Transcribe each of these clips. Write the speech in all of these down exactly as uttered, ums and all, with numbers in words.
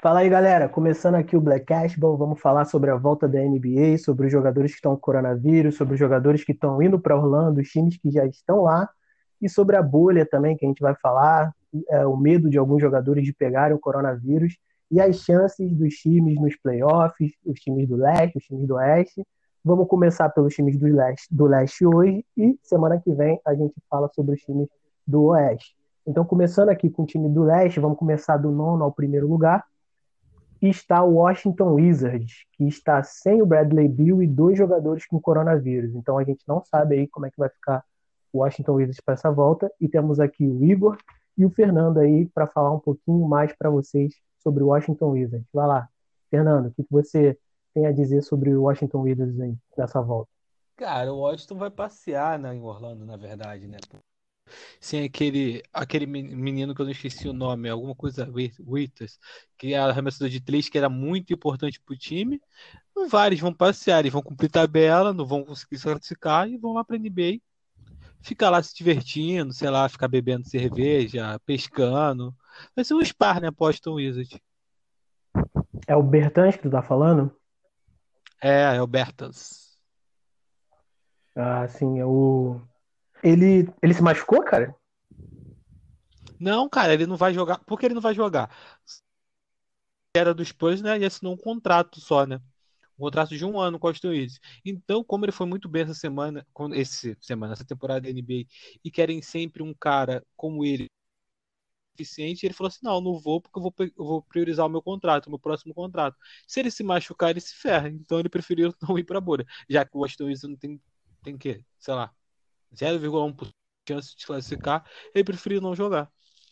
Fala aí, galera. Começando aqui o Black Cashball, vamos falar sobre a volta da N B A, sobre os jogadores que estão com coronavírus, sobre os jogadores que estão indo para Orlando, os times que já estão lá, e sobre a bolha também, que a gente vai falar, é, o medo de alguns jogadores de pegarem o coronavírus e as chances dos times nos playoffs, os times do leste, os times do oeste. Vamos começar pelos times do leste, do leste hoje e semana que vem a gente fala sobre os times do oeste. Então, começando aqui com o time do leste, vamos começar do nono ao primeiro lugar está o Washington Wizards, que está sem o Bradley Beal e dois jogadores com coronavírus. Então a gente não sabe aí como é que vai ficar o Washington Wizards para essa volta. E temos aqui o Igor e o Fernando aí para falar um pouquinho mais para vocês sobre o Washington Wizards. Vai lá, Fernando, o que você tem a dizer sobre o Washington Wizards aí, nessa volta? Cara, o Washington vai passear, né, em Orlando, na verdade, né? Sem aquele, aquele men- menino que eu não esqueci o nome, alguma coisa Wi- Withers, que é arremessador de três, que era muito importante pro time. Não vai, eles vão passear, eles vão cumprir tabela, não vão conseguir se classificar e vão lá pra N B A, ficar lá se divertindo, sei lá, ficar bebendo cerveja, pescando. Vai ser um spa, né, Boston Wizards. É o Bertans que tu tá falando? É, é o Bertans. Ah, sim, é o. Ele, ele se machucou, cara? Não, cara, ele não vai jogar. Por que ele não vai jogar? Era dos Spurs, né? E assinou um contrato só, né? Um contrato de um ano com o Austin Reeves. Então, como ele foi muito bem essa semana, com- esse semana, essa temporada da N B A, e querem sempre um cara como ele, eficiente, ele falou assim: não, não vou porque eu vou, pe- eu vou priorizar o meu contrato, o meu próximo contrato. Se ele se machucar, ele se ferra. Então ele preferiu não ir pra bolha, já que o Austin Reeves não tem, tem que, sei lá, zero vírgula um por cento de chance de classificar, ele preferiu não jogar.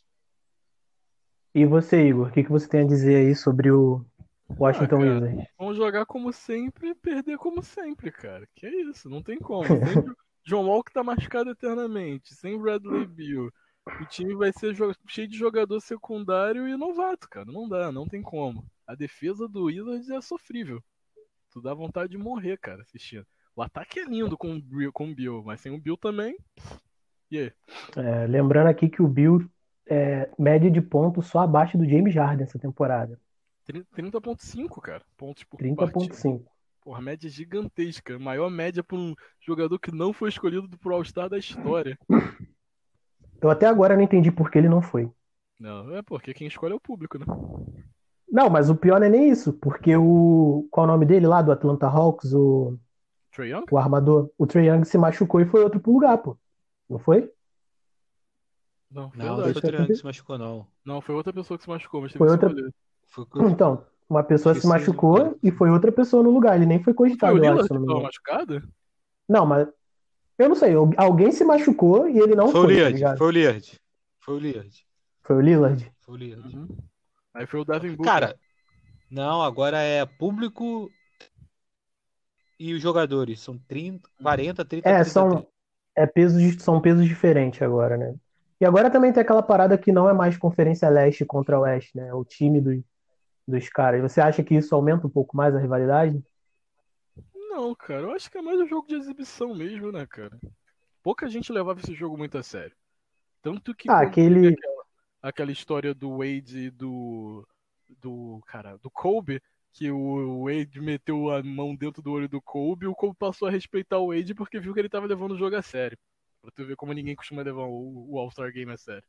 E você, Igor, o que que você tem a dizer aí sobre o Ah, Washington cara, Wizards? vamos jogar como sempre e perder como sempre, cara. Que é isso, não tem como. Sem Jo- John Wall que tá machucado eternamente, sem Bradley Beal. O time vai ser jo- cheio de jogador secundário e novato, cara. Não dá, não tem como. A defesa do Wizards é sofrível. Tu dá vontade de morrer, cara, assistindo. O ataque é lindo com o Bill, com o Bill, mas sem o Bill também. E aí? É, lembrando aqui que o Bill é média de pontos só abaixo do James Harden essa temporada, trinta ponto cinco, cara, pontos por trinta vírgula partida. cinco. Porra, média gigantesca. Maior média para um jogador que não foi escolhido pro All-Star da história. Eu até agora não entendi por que ele não foi. Não, é porque quem escolhe é o público, né? Não, mas o pior não é nem isso, porque o. Qual é o nome dele lá do Atlanta Hawks? O, Trae Young? o armador. O Trae Young se machucou e foi outro pro lugar, pô. Não foi? Não, Não, não Foi verdade. isso foi o que Triângulo que aconteceu. se machucou, não. Não, foi outra pessoa que se machucou, mas teve Foi esse outra. rolê. Foi o que eu Então, uma pessoa se esqueci o nome machucou dele. e foi outra pessoa no lugar. Ele nem foi Não foi o cogitado, eu acho, Lillard se eu que não me tava engano. machucado? Não, mas eu não sei. Alguém se machucou e ele não Foi o foi, tá Lillard, ligado? foi o Lillard. Foi o Lillard. Foi o Lillard. Foi o Lillard. Uhum. Aí foi o Devin Booker. Cara, não, agora é público e os jogadores. São trinta, quarenta, trinta, É, trinta, são, trinta. é pesos, são pesos diferentes agora, né? E agora também tem aquela parada que não é mais Conferência Leste contra Oeste, né? É o time dos, dos caras. Você acha que isso aumenta um pouco mais a rivalidade? Não, cara, eu acho que é mais um jogo de exibição mesmo, né, cara? Pouca gente levava esse jogo muito a sério. Tanto que Ah, quando teve aquele. aquela, aquela história do Wade e do, do, cara, do Kobe, que o Wade meteu a mão dentro do olho do Kobe, o Kobe passou a respeitar o Wade porque viu que ele tava levando o jogo a sério. Pra tu ver como ninguém costuma levar o, o All-Star Game a sério.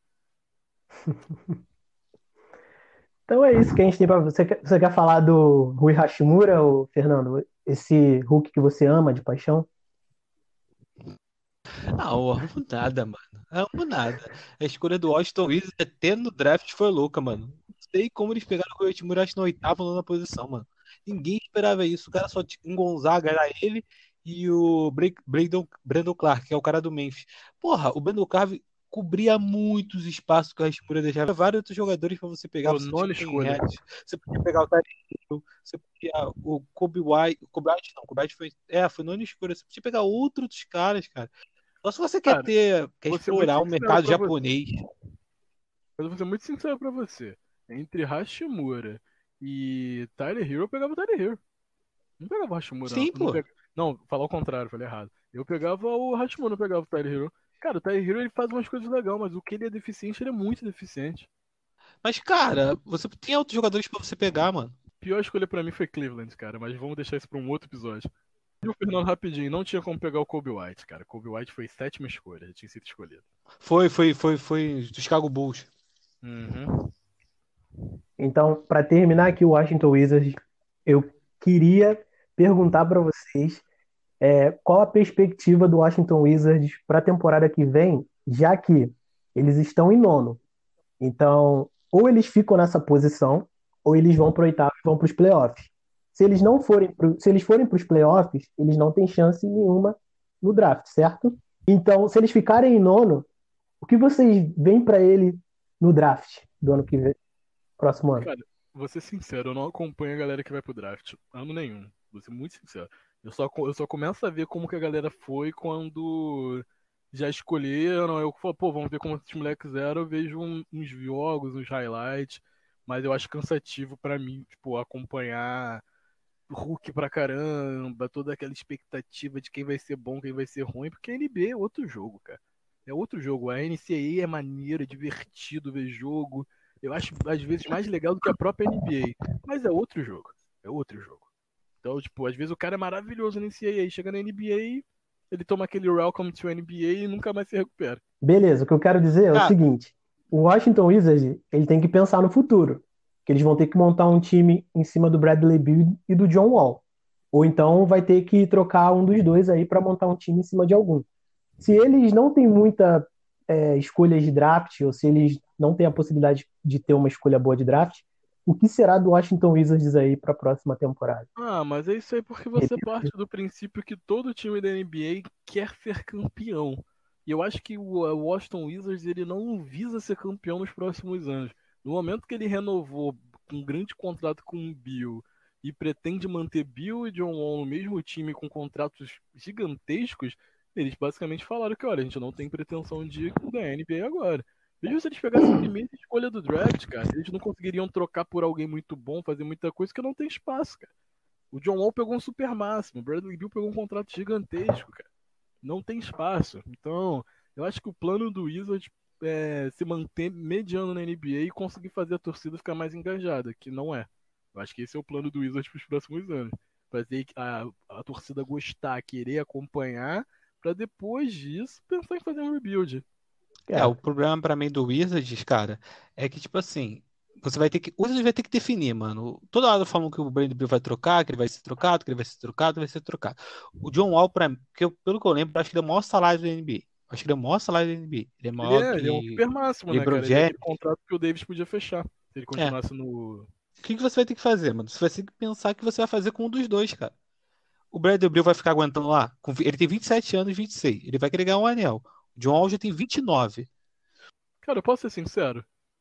Então é isso que a gente tem pra. Você quer, você quer falar do Rui Hashimura, ou, Fernando? Esse Hulk que você ama de paixão? Ah, eu amo nada, mano. Eu amo nada. A escolha do Washington Wizards até no draft foi louca, mano. Não sei como eles pegaram o Hachimura, acho, na oitava ou nona posição, mano. Ninguém esperava isso. O cara só tinha um Gonzaga, era ele e o Bre- Brandon, Brandon Clark, que é o cara do Memphis. Porra, o Brandon Clark cobria muitos espaços que o Hachimura deixava. Vários outros jogadores pra você pegar. Pô, Você tinha nona o Ken escolha. Reddish, você podia pegar o Tyreek Hill, você podia o Kobe White, o Kobe White não, o Kobe White foi, é, foi nona escolha. Você podia pegar outros caras, cara. Só se você quer Cara, ter, quer vou ser muito explorar o sincero mercado pra você. japonês. Eu vou ser muito sincero pra você. Entre Hashimura e Tyler Hero, eu pegava o Tyler Hero. Não pegava o Hashimura, não. Sim, Não, pô. pega... não, falar o contrário, falei errado. Eu pegava o Hashimura, não pegava o Tyler Hero. Cara, o Tyler Hero ele faz umas coisas legais, mas o que ele é deficiente, ele é muito deficiente. Mas, cara, você tem outros jogadores pra você pegar, mano. Pior escolha pra mim foi Cleveland, cara, mas vamos deixar isso pra um outro episódio. E o Fernando, rapidinho, não tinha como pegar o Kobe White, cara. Kobe White foi sétima escolha, já tinha sido escolhido. Foi, foi, foi, foi do Chicago Bulls. Uhum. Então, para terminar aqui o Washington Wizards, eu queria perguntar para vocês é, qual a perspectiva do Washington Wizards para a temporada que vem, já que eles estão em nono. Então, ou eles ficam nessa posição, ou eles vão para o oitavo e vão para os playoffs. Se eles não forem pro, se eles forem para os playoffs, eles não têm chance nenhuma no draft, certo? Então, se eles ficarem em nono, o que vocês veem para ele no draft do ano que vem, próximo ano? Cara, vou ser sincero, eu não acompanho a galera que vai pro draft. Ano nenhum. Vou ser muito sincero. Eu só, co- eu só começo a ver como que a galera foi quando já escolheram. Eu falo, pô, vamos ver como esses moleques eram. Eu vejo um- uns jogos, uns highlights. Mas eu acho cansativo pra mim, tipo, acompanhar Hulk pra caramba, toda aquela expectativa de quem vai ser bom, quem vai ser ruim, porque a N B A é outro jogo, cara. É outro jogo. A N C A A é maneiro, é divertido ver jogo. Eu acho, às vezes, mais legal do que a própria N B A. Mas é outro jogo. É outro jogo. Então, tipo, às vezes o cara é maravilhoso na N C A A, chega na N B A, ele toma aquele Welcome to N B A e nunca mais se recupera. Beleza, o que eu quero dizer é o Cara, seguinte: o Washington Wizards ele tem que pensar no futuro, que eles vão ter que montar um time em cima do Bradley Beal e do John Wall, ou então vai ter que trocar um dos dois aí para montar um time em cima de algum. Se eles não têm muita é, escolha de draft, ou se eles não têm a possibilidade de ter uma escolha boa de draft, o que será do Washington Wizards aí para a próxima temporada? Ah, mas é isso aí porque você parte do princípio que todo time da N B A quer ser campeão. E eu acho que o o Washington Wizards ele não visa ser campeão nos próximos anos. No momento que ele renovou um grande contrato com o Bill e pretende manter Bill e John Wall no mesmo time com contratos gigantescos, eles basicamente falaram que, olha, a gente não tem pretensão de ganhar a N B A agora. Mesmo se eles pegassem a primeira escolha do draft, cara, eles não conseguiriam trocar por alguém muito bom, fazer muita coisa, porque não tem espaço, cara. O John Wall pegou um super máximo, o Bradley Beal pegou um contrato gigantesco, cara. Não tem espaço. Então, eu acho que o plano do Wizards é se manter mediano na N B A e conseguir fazer a torcida ficar mais engajada, que não é. Eu acho que esse é o plano do Wizards para os próximos anos. Fazer a, a torcida gostar, querer acompanhar, para depois disso pensar em fazer um rebuild. é, o problema pra mim do Wizards, cara, é que, tipo assim, você vai ter que. O Wizards vai ter que definir, mano. Toda hora falam que o Brandon Beal vai trocar, que ele vai ser trocado, que ele vai ser trocado, vai ser trocado. O John Wall, pra mim, que eu- pelo que eu lembro, eu acho que ele é o maior salário da N B A. Acho que ele é o maior salário da N B A. Ele é Ele maior é, ele é um que super máximo, né, LeBron cara? Ele é aquele James. contrato que o Davis podia fechar. Se ele É. continuasse no. O que que você vai ter que fazer, mano? Você vai ter que pensar que você vai fazer com um dos dois, cara. O Bradley Beal vai ficar aguentando lá? Com vi- Ele tem vinte e sete anos e vinte e seis. Ele vai querer ganhar um anel. O John Wall já tem vinte e nove. Cara, eu posso ser sincero?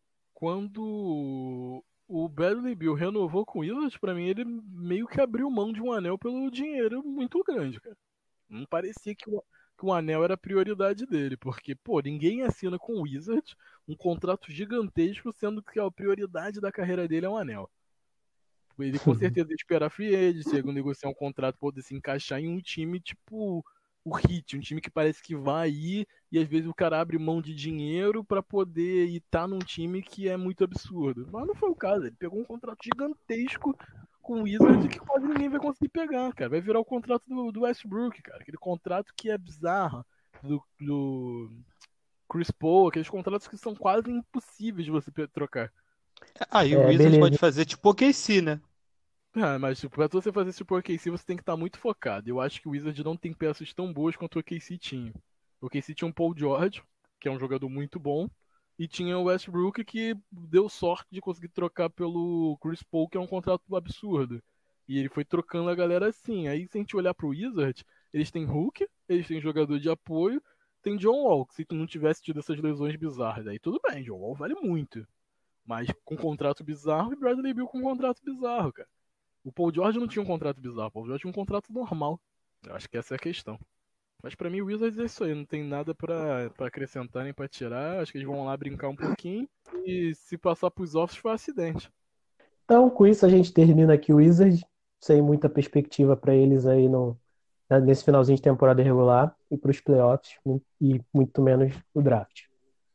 Quando o Bradley Beal renovou com o Wizards, pra mim ele meio que abriu mão de um anel pelo dinheiro muito grande, cara. Não parecia que o, que o anel era a prioridade dele, porque, pô, ninguém assina com o Wizards um contrato gigantesco, sendo que a prioridade da carreira dele é um anel. Ele com certeza ia esperar a free agency, ia negociar um contrato pra poder se encaixar em um time tipo o Heat, um time que parece que vai ir e às vezes o cara abre mão de dinheiro pra poder estar num time que é muito absurdo. Mas não foi o caso, ele pegou um contrato gigantesco com o Wizards que quase ninguém vai conseguir pegar, cara. Vai virar o contrato do, do Westbrook, cara. Aquele contrato que é bizarro do, do Chris Paul, aqueles contratos que são quase impossíveis de você pe- trocar. Aí o É, Wizards beleza. pode fazer tipo o O K C, né? Ah, mas tipo, pra você fazer esse por O K C, você tem que estar muito focado. Eu acho que o Wizard não tem peças tão boas quanto o O K C tinha. O O K C tinha um Paul George, que é um jogador muito bom, e tinha o Westbrook, que deu sorte de conseguir trocar pelo Chris Paul, que é um contrato absurdo. E ele foi trocando a galera assim. Aí, se a gente olhar pro Wizard, eles têm Hulk, eles têm jogador de apoio, tem John Wall, que se tu não tivesse tido essas lesões bizarras, aí tudo bem, John Wall vale muito. Mas com contrato bizarro e Bradley Beal com contrato bizarro, cara. O Paul George não tinha um contrato bizarro, o Paul George tinha um contrato normal. Eu acho que essa é a questão. Mas pra mim o Wizards é isso aí, não tem nada pra, pra acrescentar nem pra tirar. Acho que eles vão lá brincar um pouquinho e se passar pros offs foi um acidente. Então, com isso, a gente termina aqui o Wizards, sem muita perspectiva para eles aí no, nesse finalzinho de temporada regular e para os playoffs, e muito menos o draft.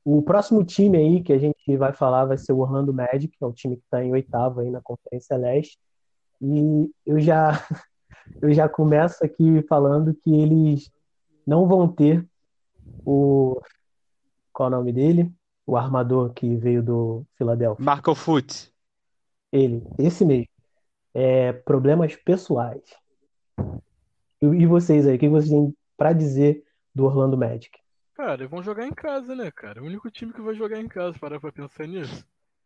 O próximo time aí que a gente vai falar vai ser o Orlando Magic, que é o time que está em oitavo aí na Conferência Leste. E eu já, eu já começo aqui falando que eles não vão ter o. Qual é o nome dele? O armador que veio do Philadelphia. Marca o Foot. Ele, esse mesmo. É, problemas pessoais. E, e vocês aí, o que vocês têm pra dizer do Orlando Magic? Cara, eles vão jogar em casa, né, cara? O único time que vai jogar em casa, parar pra pensar nisso.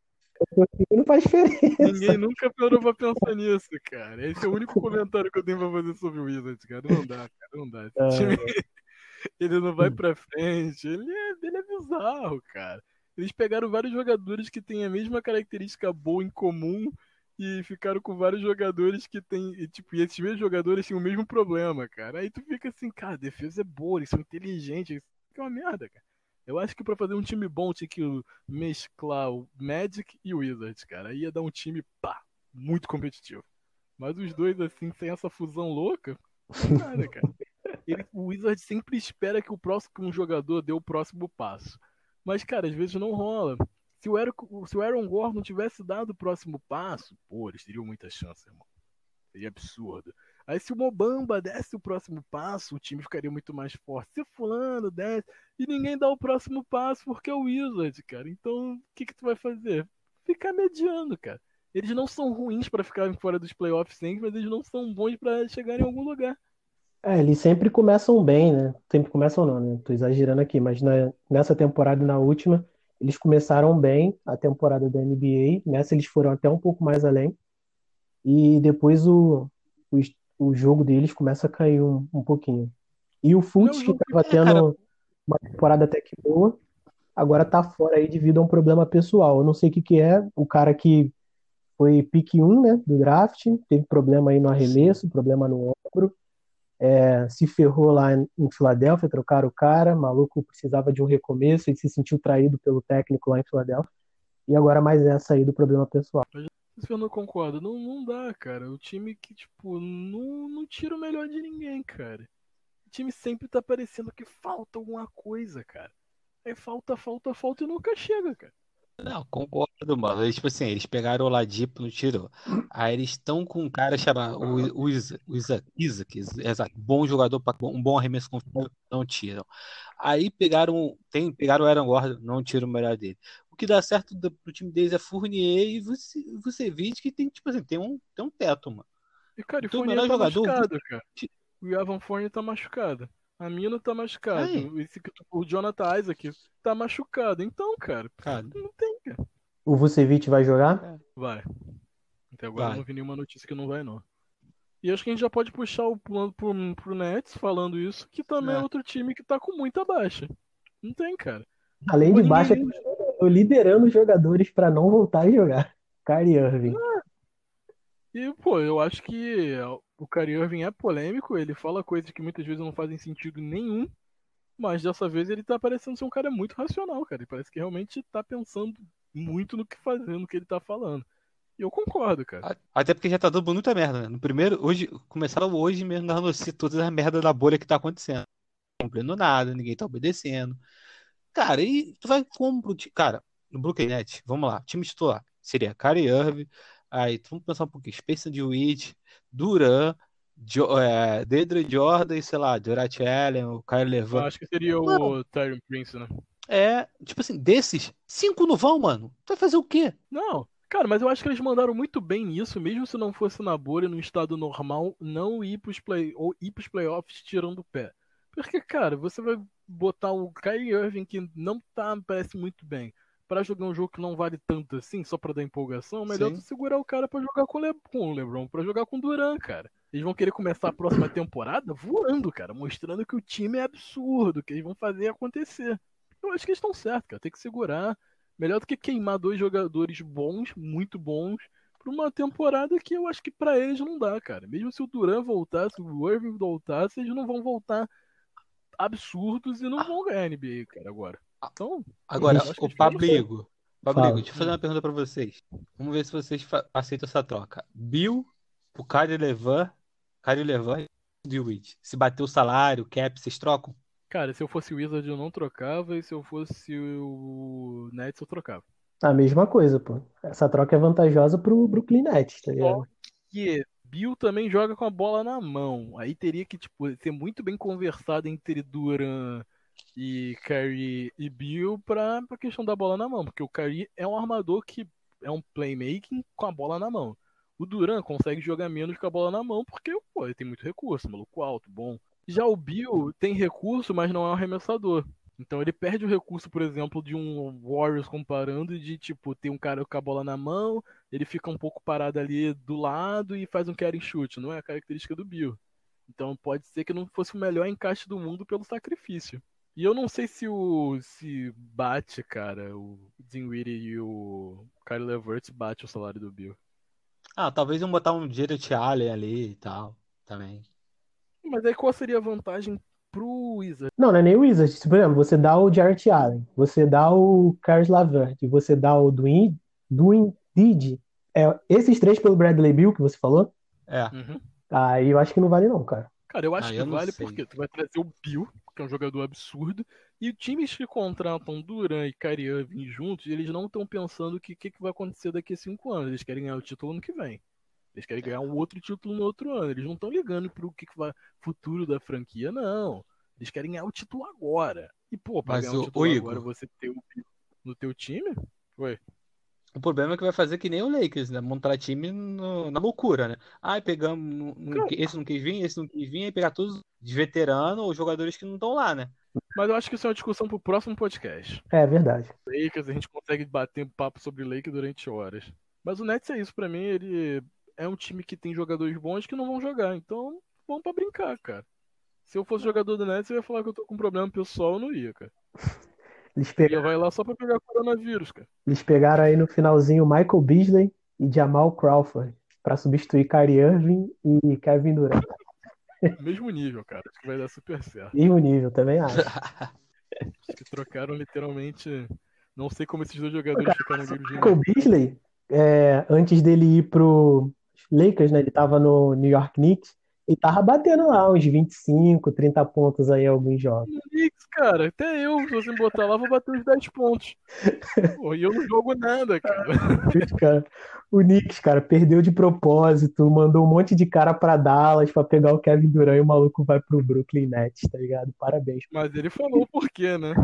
Não faz diferença. Ninguém nunca parou pra pensar nisso, cara. Esse é o único comentário que eu tenho pra fazer sobre o Wizards, cara. Não dá, cara, não dá. Esse time, É, ele não vai pra frente, ele é, ele é bizarro, cara. Eles pegaram vários jogadores que têm a mesma característica boa em comum e ficaram com vários jogadores que têm, e, tipo, e esses mesmos jogadores têm o mesmo problema, cara. Aí tu fica assim, cara, a defesa é boa, eles são inteligentes, isso é uma merda, cara. Eu acho que pra fazer um time bom tinha que mesclar o Magic e o Wizards, cara. Aí ia dar um time, pá, muito competitivo. Mas os dois, assim, sem essa fusão louca, não é nada, cara. Ele, o Wizard sempre espera que o próximo que um jogador dê o próximo passo. Mas, cara, às vezes não rola. Se o Aaron, se o Aaron Gordon tivesse dado o próximo passo, pô, eles teriam muita chance, irmão. Seria absurdo. Aí se o Mobamba desse o próximo passo, o time ficaria muito mais forte. Se o fulano desce e ninguém dá o próximo passo porque é o Wizard, cara. Então, o que que tu vai fazer? Ficar mediano, cara. Eles não são ruins pra ficarem fora dos playoffs sempre, mas eles não são bons pra chegar em algum lugar. é, eles sempre começam bem, né? Sempre começam não, né? Tô exagerando aqui, mas na- nessa temporada e na última, eles começaram bem a temporada da N B A. Nessa eles foram até um pouco mais além. E depois o, o, es- o jogo deles começa a cair um, um pouquinho. E o Não é o Fultz, que jogo que. estava É, cara, tendo uma temporada até que boa, agora tá fora aí devido a um problema pessoal. Eu não sei o que que é. O cara que foi pick um, né, do draft, teve problema aí no sim. arremesso, problema no ombro, é, se ferrou lá em, em Filadélfia, trocaram o cara, maluco precisava de um recomeço e se sentiu traído pelo técnico lá em Filadélfia. E agora mais essa aí do problema pessoal. Isso eu não concordo. Não, não dá, cara. O time que, tipo, não, não tira o melhor de ninguém, cara. O time sempre tá parecendo que falta alguma coisa, cara. Aí falta, falta, falta e nunca chega, cara. Não, concordo, mano. Eles, tipo assim, eles pegaram o Oladipo, não tirou. Aí eles estão com um cara chamado o, o Isaac, o Isaac, Isaac, exato, bom jogador, pra, um bom arremesso confiável, não tiram. Aí pegaram, tem, pegaram o Aaron Gordon, não tiram o melhor dele. O que dá certo do, pro time deles é Fournier e você, você vê que tem, tipo assim, tem um, tem um teto, mano. E, cara, O o teu Fournier melhor tá jogador, o machucado, cara. O Evan Fournier tá machucado. A Mina tá aí, machucado. Esse, o Jonathan Isaac tá machucado. Então, cara, cara, não tem, cara. O Vucevic vai jogar? é, Vai. Até agora eu não vai. vi nenhuma notícia que não vai, não. E acho que a gente já pode puxar o plano pro, pro Nets falando isso, que também é É. outro time que tá com muita baixa. Não tem, cara. Além Pô, de ninguém baixa, nem. eu liderando os jogadores para não voltar a jogar. Kyrie Irving. E, pô, eu acho que o Kyrie Irving é polêmico, ele fala coisas que muitas vezes não fazem sentido nenhum, mas dessa vez ele tá parecendo ser um cara muito racional, cara. Ele parece que realmente tá pensando muito no que fazer, no que ele tá falando. E eu concordo, cara. A- Até porque já tá dando muita merda, né? No primeiro, hoje, começaram hoje mesmo na notícia toda a merda da bolha que tá acontecendo. Não cumprindo nada, ninguém tá obedecendo. Cara, e tu vai como pro ti- Cara, no Brooklyn Nets, vamos lá, time titular. Seria Kyrie Irving, aí tu- vamos pensar um pouquinho, Spencer Dinwiddie, Duran, jo, é, Deandre Jordan e sei lá, Jarrett Allen, o Kyle Eu Levert. acho que seria Mano, o Tyron Prince, né? é, tipo assim, desses, cinco não vão, mano. Tu vai fazer o quê? Não, cara, mas eu acho que eles mandaram muito bem nisso, mesmo se não fosse na bolha, no estado normal, não ir pros, play, ou ir pros playoffs tirando o pé. Porque, cara, você vai botar o Kyrie Irving, que não tá, parece muito bem, pra jogar um jogo que não vale tanto assim, só pra dar empolgação, melhor tu Sim. segurar o cara pra jogar com o, Le com o LeBron, pra jogar com o Durant, cara. Eles vão querer começar a próxima temporada voando, cara, mostrando que o time é absurdo, que eles vão fazer acontecer. Eu acho que eles estão certos, cara, tem que segurar. Melhor do que queimar dois jogadores bons, muito bons, pra uma temporada que eu acho que pra eles não dá, cara. Mesmo se o Duran voltasse, o Irving voltasse, eles não vão voltar absurdos e não vão ganhar N B A, cara, agora. Então, Agora, eu acho que o eles fizeram certo. Pabligo. Pabligo, Fala. deixa eu fazer Hum. uma pergunta pra vocês. Vamos ver se vocês fa- aceitam essa troca. Bill, o Kyrie Levant, Kyrie Levant e o Dewitt. Se bater o salário, o cap, vocês trocam? Cara, se eu fosse o Wizard eu não trocava, e se eu fosse o Nets eu trocava. A mesma coisa, pô. Essa troca é vantajosa pro Brooklyn Nets, tá Só ligado? que Bill também joga com a bola na mão. Aí teria que, tipo, ser muito bem conversado entre Duran e Kyrie e Bill pra, pra questão da bola na mão. Porque o Kyrie é um armador que é um playmaking com a bola na mão. O Duran consegue jogar menos com a bola na mão porque, pô, ele tem muito recurso, maluco alto, bom. Já o Bill tem recurso, mas não é um arremessador. Então ele perde o recurso, por exemplo, de um Warriors comparando de, tipo, ter um cara com a bola na mão, ele fica um pouco parado ali do lado e faz um carry and shoot. Não é a característica do Bill. Então pode ser que não fosse o melhor encaixe do mundo pelo sacrifício. E eu não sei se o se bate, cara, o Dinwiddie e o Kyrie Levert bate o salário do Bill. Ah, talvez iam botar um Jarrett Allen ali e tal, também. Mas aí qual seria a vantagem pro Wizard? Não, não é nem o Wizards. Por exemplo, você dá o Jarrett Allen, você dá o Caris LeVert, você dá o Dwayne, Dwayne Dide. É, esses três pelo Bradley Beal que você falou, É. Uhum. aí eu acho que não vale não, cara. Cara, eu acho Ah, que eu não vale sei. porque tu vai trazer o Bill, que é um jogador absurdo, e times que contratam Duran e Kyrie Irving juntos, eles não estão pensando o que, que, que vai acontecer daqui a cinco anos. Eles querem ganhar o título ano que vem. Eles querem ganhar um outro título no outro ano. Eles não estão ligando pro que, que vai futuro da franquia, não. Eles querem ganhar o título agora. E, pô, pra Mas ganhar o o, título o agora, Igor, você ter o Bill no teu time? Ué. o problema é que vai fazer que nem o Lakers, né? Montar time no- na loucura, né? Ai, pegamos. não- não- Cara, esse não quis vir, esse não quis vir, aí pegar todos de veterano ou jogadores que não estão lá, né? mas eu acho que isso é uma discussão pro próximo podcast. É verdade. Lakers, a gente consegue bater um papo sobre Lakers durante horas. Mas o Nets é isso pra mim, ele é um time que tem jogadores bons que não vão jogar, então vamos pra brincar, cara. Se eu fosse jogador do Nets, eu ia falar que eu tô com um problema pessoal, eu não ia, cara. Eles, Eu pega- ia vai lá só pra pegar coronavírus, cara. Eles pegaram aí no finalzinho Michael Beasley e Jamal Crawford pra substituir Kyrie Irving e Kevin Durant. Mesmo nível, cara. Acho que vai dar super certo. E o nível, também acho. Acho que trocaram literalmente. Não sei como esses dois jogadores ficaram vivos de Michael novo. Beasley, é, antes dele ir pro Lakers, né? Ele tava no New York Knicks e tava batendo lá uns vinte e cinco, trinta pontos aí em alguns jogos. No Knicks, cara, até eu, se você me botar lá, vou bater uns dez pontos. Pô, e eu não jogo nada, cara. Cara, o Knicks, cara, perdeu de propósito, mandou um monte de cara pra Dallas pra pegar o Kevin Durant e o maluco vai pro Brooklyn Nets, tá ligado? Parabéns. Mas ele falou o porquê, né?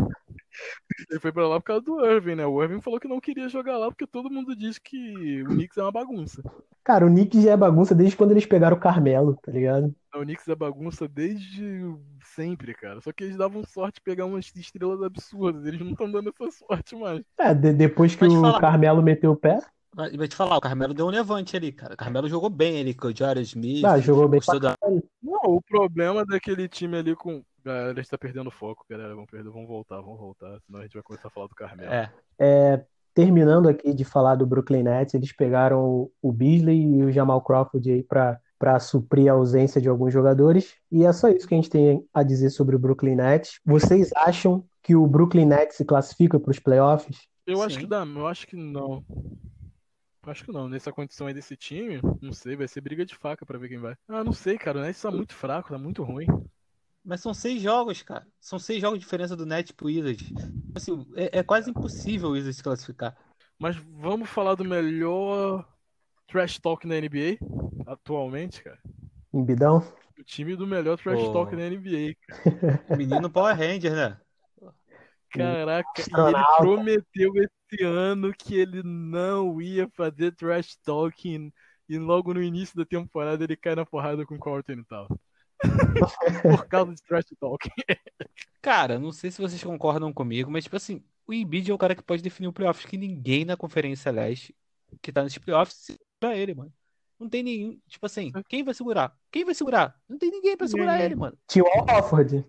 Ele foi pra lá por causa do Irving, né? O Irving falou que não queria jogar lá porque todo mundo diz que o Knicks é uma bagunça. Cara, o Knicks já é bagunça desde quando eles pegaram o Carmelo, tá ligado? O Knicks é bagunça desde sempre, cara. Só que eles davam sorte de pegar umas estrelas absurdas. Eles não estão dando essa sorte mais. É, de- depois que Mas te o falar, Carmelo meteu o pé, mas vai te falar, o Carmelo deu um levante ali, cara. O Carmelo jogou bem ali com o J R. Smith, ah, jogou bem pra gostou da. caralho. Não, o problema daquele time ali com. Galera, a gente tá perdendo foco, galera. Vamos perder, vamos voltar, vamos voltar. Senão a gente vai começar a falar do Carmelo. É. É, terminando aqui de falar do Brooklyn Nets, eles pegaram o, o Beasley e o Jamal Crawford aí pra, pra suprir a ausência de alguns jogadores. E é só isso que a gente tem a dizer sobre o Brooklyn Nets. Vocês acham que o Brooklyn Nets se classifica para os playoffs? Eu acho Sim. que dá, eu acho que não. Acho que não. Nessa condição aí desse time, não sei, vai ser briga de faca pra ver quem vai. Ah, não sei, cara. O Nets tá muito fraco, tá muito ruim. Mas são seis jogos, cara. São seis jogos de diferença do Nets pro Wizards. Assim, é, é quase impossível o Wizards se classificar. Mas vamos falar do melhor trash talk na N B A atualmente, cara. Embidão? O time do melhor trash Pô. talk na N B A, cara. O menino Power Ranger, né? Caraca, e ele Astronauta. prometeu esse ano que ele não ia fazer trash talking e logo no início da temporada ele cai na porrada com o Corton e tal. Por causa de trash talking. Cara, não sei se vocês concordam comigo, mas tipo assim, o Embiid é o cara que pode definir o playoffs, que ninguém na Conferência Leste que tá nesses playoffs segura ele, mano. Não tem nenhum, tipo assim, quem vai segurar? Quem vai segurar? Não tem ninguém pra segurar Ninguém. ele, mano. Tinha o Al Horford.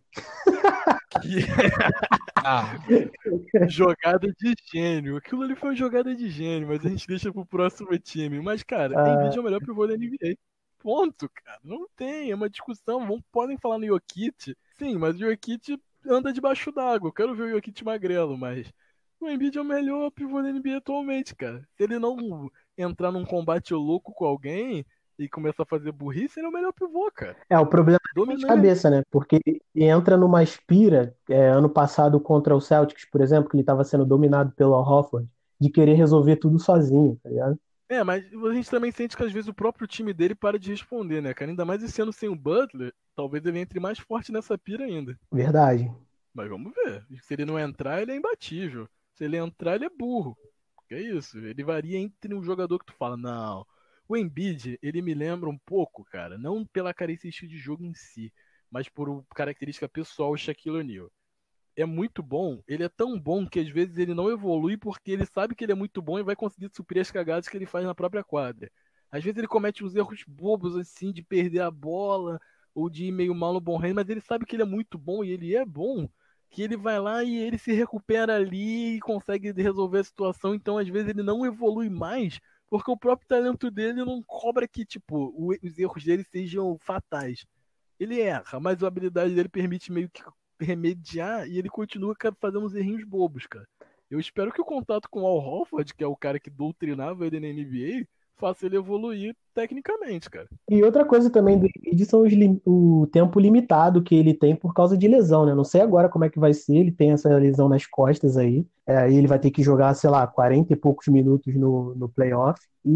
Ah, Jogada de gênio. Aquilo ali foi uma jogada de gênio, mas a gente deixa pro próximo time. Mas, cara, Ah. Embiid é o melhor pivô da N B A. Ponto, cara. Não tem, é uma discussão. Vão, podem falar no Jokic. Sim, mas o Jokic anda debaixo d'água. Eu quero ver o Jokic magrelo, mas o Embiid é o melhor pivô da N B A atualmente, cara. Se ele não entrar num combate louco com alguém, e começar a fazer burrice, ele é o melhor pivô, cara. É, o problema é de Dominante. cabeça, né? Porque entra numa espira, é, ano passado contra o Celtics, por exemplo, que ele estava sendo dominado pelo Al Horford, de querer resolver tudo sozinho, tá ligado? É, mas a gente também sente que às vezes o próprio time dele para de responder, né, cara? Ainda mais esse ano sem o Butler, talvez ele entre mais forte nessa pira ainda. Verdade. Mas vamos ver. Se ele não entrar, ele é imbatível. Se ele entrar, ele é burro. Que é isso. Ele varia entre um jogador que tu fala, não. O Embiid, ele me lembra um pouco, cara, não pela característica de jogo em si, mas por característica pessoal, o Shaquille O'Neal. É muito bom, ele é tão bom que às vezes ele não evolui porque ele sabe que ele é muito bom e vai conseguir suprir as cagadas que ele faz na própria quadra. Às vezes ele comete uns erros bobos assim, de perder a bola ou de ir meio mal no bom reino, mas ele sabe que ele é muito bom e ele é bom, que ele vai lá e ele se recupera ali e consegue resolver a situação, então às vezes ele não evolui mais porque o próprio talento dele não cobra que, tipo, os erros dele sejam fatais. Ele erra, mas a habilidade dele permite meio que remediar e ele continua fazendo uns errinhos bobos, cara. Eu espero que o contato com o Al Horford, que é o cara que doutrinava ele na N B A, faça ele evoluir tecnicamente, cara. E outra coisa também do Embiid são os lim- o tempo limitado que ele tem por causa de lesão, né? Não sei agora como é que vai ser, ele tem essa lesão nas costas aí, é, aí ele vai ter que jogar, sei lá, quarenta e poucos minutos no, no playoff,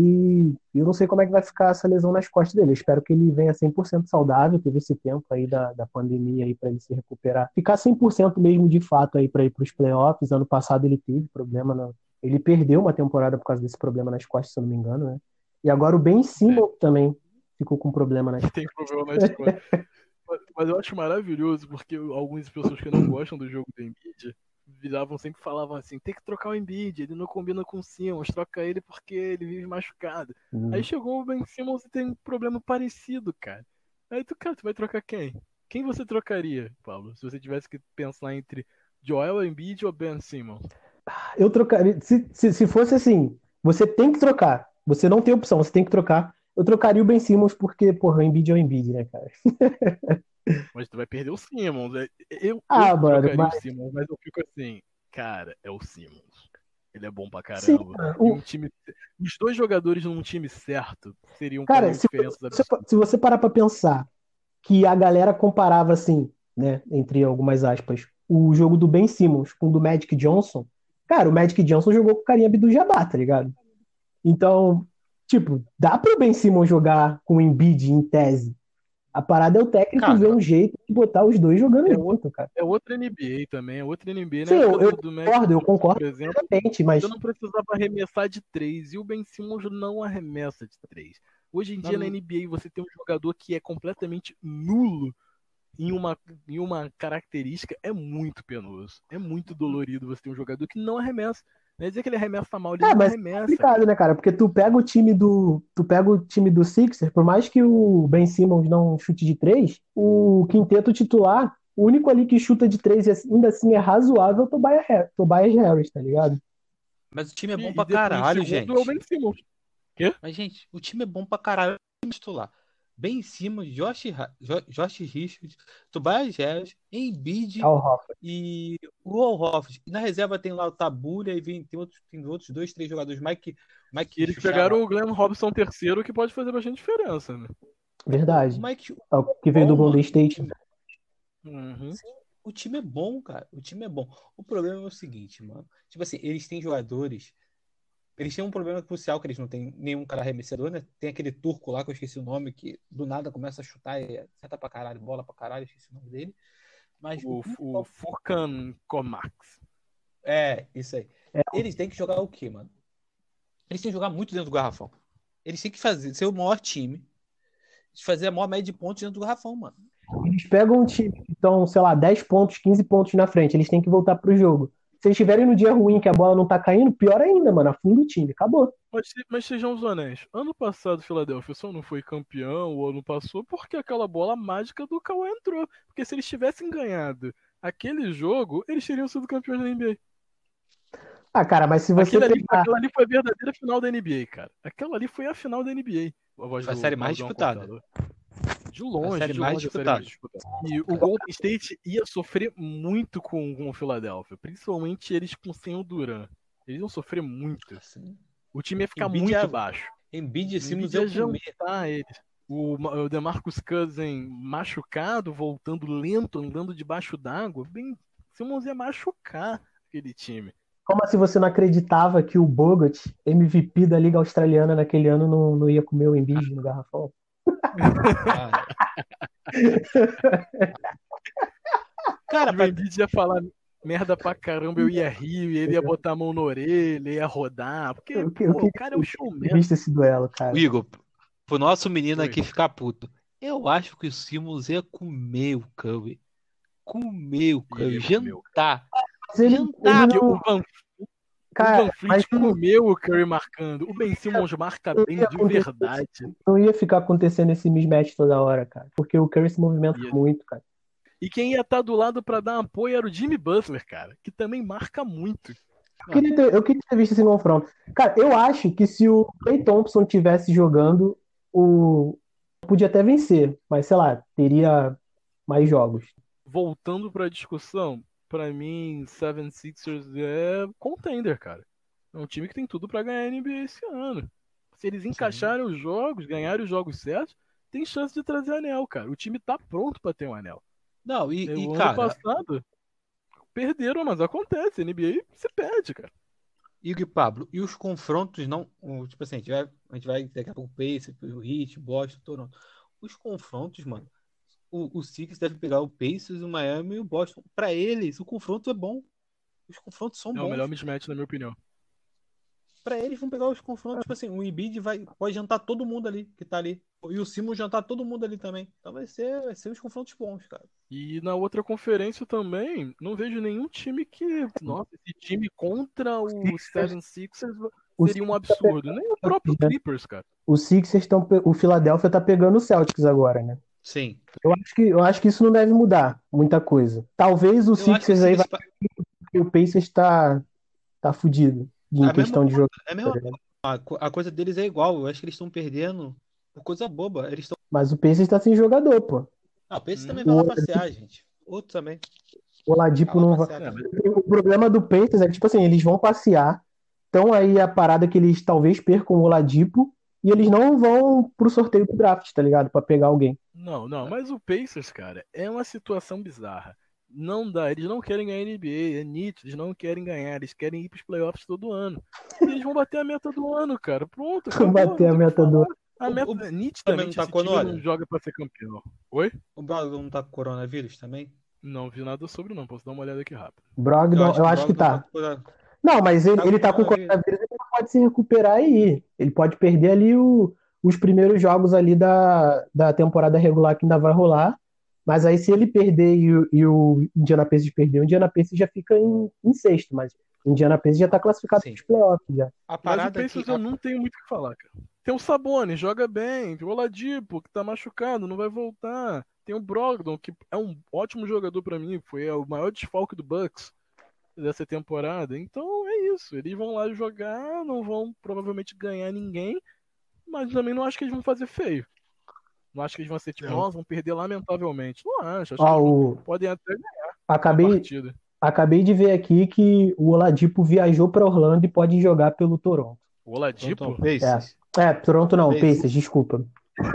e eu não sei como é que vai ficar essa lesão nas costas dele. Eu espero que ele venha cem por cento saudável, teve esse tempo aí da, da pandemia aí para ele se recuperar, ficar cem por cento mesmo de fato aí para ir para os playoffs. Ano passado ele teve problema, na... ele perdeu uma temporada por causa desse problema nas costas, se eu não me engano, né? E agora o Ben Simmons É. também ficou com problema nas Tem problema nas costas. Mas, mas eu acho maravilhoso, porque algumas pessoas que não gostam do jogo do Embiid viravam sempre falavam assim, tem que trocar o Embiid, ele não combina com o Simmons, troca ele porque ele vive machucado. Hum. Aí chegou o Ben Simmons e tem um problema parecido, cara. Aí tu, cara, tu vai trocar quem? Quem você trocaria, Paulo, se você tivesse que pensar entre Joel Embiid ou Ben Simmons? Eu trocaria. Se, se, se fosse assim, você tem que trocar. Você não tem opção, você tem que trocar. Eu trocaria o Ben Simmons porque, porra, o Embiid é o Embiid, né, cara? Mas tu vai perder o Simmons. É, Eu, Ah, eu mano, trocaria mas o Simmons, mas eu fico assim, cara, é o Simmons. Ele é bom pra sim, caramba. mano, E o- um time. Os dois jogadores num time certo seriam cara, fariam se, diferenças você- absurdas. se você parar pra pensar que a galera comparava assim, né, entre algumas aspas, o jogo do Ben Simmons com o do Magic Johnson, cara, o Magic Johnson jogou com o Kareem Abdul-Jabbar, tá ligado? Então, tipo, dá pro Ben Simmons jogar com o Embiid em tese. A parada é o técnico ver Cara, um jeito de botar os dois jogando É, outro, junto, cara. é outra N B A também, é outra N B A. Na Sim, época eu, eu do, do Magic concordo, eu Johnson, concordo por exemplo, plenamente, você mas não precisava arremessar de três. E o Ben Simmons não arremessa de três. Hoje em dia na Não- N B A você tem um jogador que é completamente nulo em uma, em uma característica, é muito penoso. É muito dolorido você ter um jogador que não arremessa. Não é dizer que ele arremessa mal, ele é, não mas é arremessa, cara. complicado, né, cara? Porque tu pega o time do, tu pega o time do Sixers, por mais que o Ben Simmons não chute de três, o quinteto titular, o único ali que chuta de três e ainda assim é razoável é o Tobias Har- Tobias Harris, tá ligado? Mas o time é bom E, pra e, de- e o caralho, segundo é o gente. Ben Simmons. Quê? Mas, gente, o time é bom pra caralho. Time titular. Ben Simmons, Josh, Ra- Jo- Josh Richards, Tobias Harris, Embiid Al Horford. e o Al Horford. E na reserva tem lá o Tabulha e vem, tem, outros, tem outros dois, três jogadores. Mike, E Mike eles Schuster. pegaram o Glenn Robson terceiro, que pode fazer bastante diferença, né? Verdade. O Mike É o que veio do bom, Golden mano. State. Uhum. Sim, o time é bom, cara. O time é bom. O problema é o seguinte, mano. Tipo assim, eles têm jogadores. Eles têm um problema crucial que eles não têm nenhum cara arremessador, né? Tem aquele turco lá que eu esqueci o nome, que do nada começa a chutar e acerta pra caralho, bola pra caralho, eu esqueci o nome dele. Mas o O, principal. o Furkan Korkmaz. É, isso aí. É, Eles têm que jogar o quê, mano? Eles têm que jogar muito dentro do garrafão. Eles têm que fazer, ser o maior time, fazer a maior média de pontos dentro do garrafão, mano. Eles pegam um time que estão, sei lá, dez pontos, quinze pontos na frente, eles têm que voltar pro jogo. Se eles estiverem no dia ruim que a bola não tá caindo, pior ainda, mano, afunda o time, acabou. Mas, se- mas sejamos honestos, ano passado o Philadelphia só não foi campeão, o ano passou, porque aquela bola mágica do Kawhi entrou. Porque se eles tivessem ganhado aquele jogo, eles teriam sido campeões da N B Ah, cara, mas se A. você Aquilo ali, pegar. aquela ali foi a verdadeira final da N B A, cara. Aquela ali foi a final da N B A. A voz Foi a do série mais Maldão disputada. Cortador. De longe, série de mais longe a série disputada. mais disputada. E o Golden State ia sofrer muito com, com o Philadelphia, principalmente eles com sem o Duran. Eles iam sofrer muito. Assim, O time ia ficar Embiid muito é- baixo. Embiid e O Simmons Embiid ia eu comer. jantar ele. O, Ma- o DeMarcus Cousins machucado, voltando lento, andando debaixo d'água. Bem, Simmons ia machucar aquele time. Como se você não acreditava que o Bogut, M V P da Liga Australiana naquele ano, não, não ia comer o Embiid no garrafão? Cara, cara E o pra... Embiid ia falar merda pra caramba, eu ia rir, e ele ia botar a mão na orelha, ia rodar. Porque, Eu, eu pô, queria o cara é um ter showman. visto esse duelo, cara. Igor, pro nosso menino Oi. aqui ficar puto. Eu acho que o Simmons ia comer o Curry. Comer o Curry. Ia comer o Jantar. Mas ele, ele Jantar. Porque não. o Van, o Cara, Van mas Fleet não, comeu o Curry marcando. O Ben Simmons marca não bem ia de acontecer, verdade. não ia ficar acontecendo esse mismatch toda hora, cara. Porque o Curry se movimenta Ia. muito, cara. E quem ia estar do lado pra dar apoio era o Jimmy Butler, cara, que também marca muito. Eu queria ter, eu queria ter visto esse confronto. Cara, eu acho que se o Klay Thompson tivesse jogando, o podia até vencer, mas sei lá, teria mais jogos. Voltando pra discussão, pra mim, seven sixers é contender, cara. É um time que tem tudo pra ganhar a N B A esse ano. Se eles encaixarem os jogos, ganharem os jogos certos, tem chance de trazer anel, cara. O time tá pronto pra ter um anel. Não, e, e, O ano cara, passado perderam, mas acontece. N B A você perde, cara. Igor e Pablo, e os confrontos não. o- Tipo assim, a gente vai, a gente vai daqui a pouco o Pacers, o Heat, Boston, Toronto. Os confrontos, mano. O, o Sixers deve pegar o Pacers, o Miami e o Boston. Pra eles, o confronto é bom. Os confrontos são É o melhor bons. mismatch, na minha opinião. Pra eles vão pegar os confrontos, tipo assim, o Embiid vai, pode jantar todo mundo ali que tá ali. E o Simmons jantar todo mundo ali também. Então vai ser, vai ser os confrontos bons, cara. E na outra conferência também, não vejo nenhum time que. Nossa, esse time contra o Seven Sixers O seria um Sixers tá absurdo. Nem o próprio pegando, Clippers, cara. o Sixers estão, o Philadelphia tá pegando o Celtics agora, né? Sim. Eu acho que, eu acho que isso não deve mudar muita coisa. Talvez o Eu acho que o Sixers aí vai, Sixers. pa- o Pacers tá, tá fudido em A mesma questão de coisa, jogo. é a Tá mesma ligado? a, co- a coisa deles é igual. Eu acho que eles estão perdendo por coisa boba. Eles estão. Mas o Pacers tá sem jogador, pô. Ah, o Pacers também Hum, vai lá O, passear, gente. Outro também. o Vai Oladipo lá não vai. passear é, mas também. O problema do Pacers é que, tipo assim, eles vão passear. Então aí a parada é que eles talvez percam o Oladipo e eles não vão pro sorteio do draft, tá ligado? Pra pegar alguém. não, não, mas o Pacers, cara, é uma situação bizarra. Não dá, eles não querem ganhar N B A, é nítido, eles não querem ganhar, eles querem ir pros playoffs todo ano. E eles vão bater a meta do ano, cara. Pronto, acabou, Bater não a tem o que meta do. falar. A O, o meta, também não nitidamente, esse tacou na time não hora? joga pra ser campeão. Oi? O Brogdon não tá com coronavírus também? Não vi nada sobre, não. Posso dar uma olhada aqui rápido. Eu Brogdon, acho eu que o acho que Brogdon tá tá. com cora- Não, mas ele, tá com ele tá com coronavírus. coronavírus, ele pode se recuperar aí. Ele pode perder ali o- os primeiros jogos ali da, da temporada regular que ainda vai rolar. Mas aí se ele perder e, o- e o Indiana Pacers perder, o Indiana Pacers já fica em, em sexto, mas o Indiana Pacers já tá classificado para Sim. os playoffs já. A Mas o parada que. Pacers eu A, não tenho muito o que falar, cara. Tem o Sabonis, joga bem. Tem o Oladipo, que tá machucado, não vai voltar. Tem o Brogdon, que é um ótimo jogador pra mim. Foi o maior desfalque do Bucks dessa temporada. Então é isso. Eles vão lá jogar, não vão provavelmente ganhar ninguém, mas também não acho que eles vão fazer feio. Não acho que eles vão ser tipo, não. nossa, vão perder lamentavelmente. Não acho. Acho Ó, que eles vão- o, podem até ganhar uma acabei, partida. acabei de ver aqui que o Oladipo viajou para Orlando e pode jogar pelo Toronto. O Toronto Oladipo? É, Pacers. é Toronto não, Pacers. Pacers, desculpa.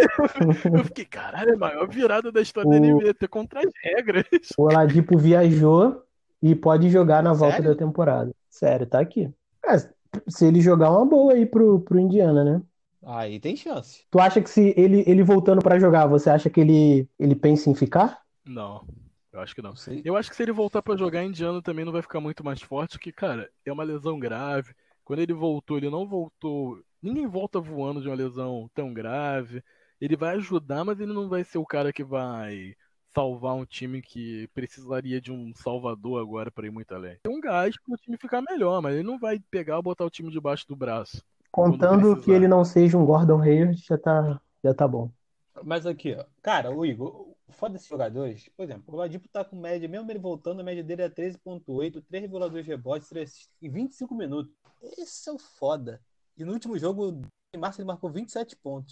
Eu fiquei, caralho, é a maior virada da história da O, N B A, até contra as regras. o Oladipo viajou e pode jogar na volta da Sério? temporada. Sério, tá aqui. É, se ele jogar uma boa aí pro, pro Indiana, né? Aí tem chance. Tu acha que se ele, ele voltando pra jogar, você acha que ele, ele pensa em ficar? Não, eu acho que não. Não sei. Eu acho que se ele voltar pra jogar, Indiana também não vai ficar muito mais forte, porque, cara, é uma lesão grave. Quando ele voltou, ele não voltou. Ninguém volta voando de uma lesão tão grave. Ele vai ajudar, mas ele não vai ser o cara que vai salvar um time que precisaria de um salvador agora pra ir muito além. Tem um gás pro time ficar melhor, mas ele não vai pegar e botar o time debaixo do braço quando Contando que ele precisar. não seja um Gordon Hayward, já tá, já tá bom. Mas aqui, ó. Cara, o Igor, o foda desses jogadores, por exemplo, o Oladipo tá com média, mesmo ele voltando, a média dele é treze ponto oito, três vírgula dois rebotes, três assists em vinte e cinco minutos. Esse é o foda. E no último jogo, em março, ele marcou vinte e sete pontos.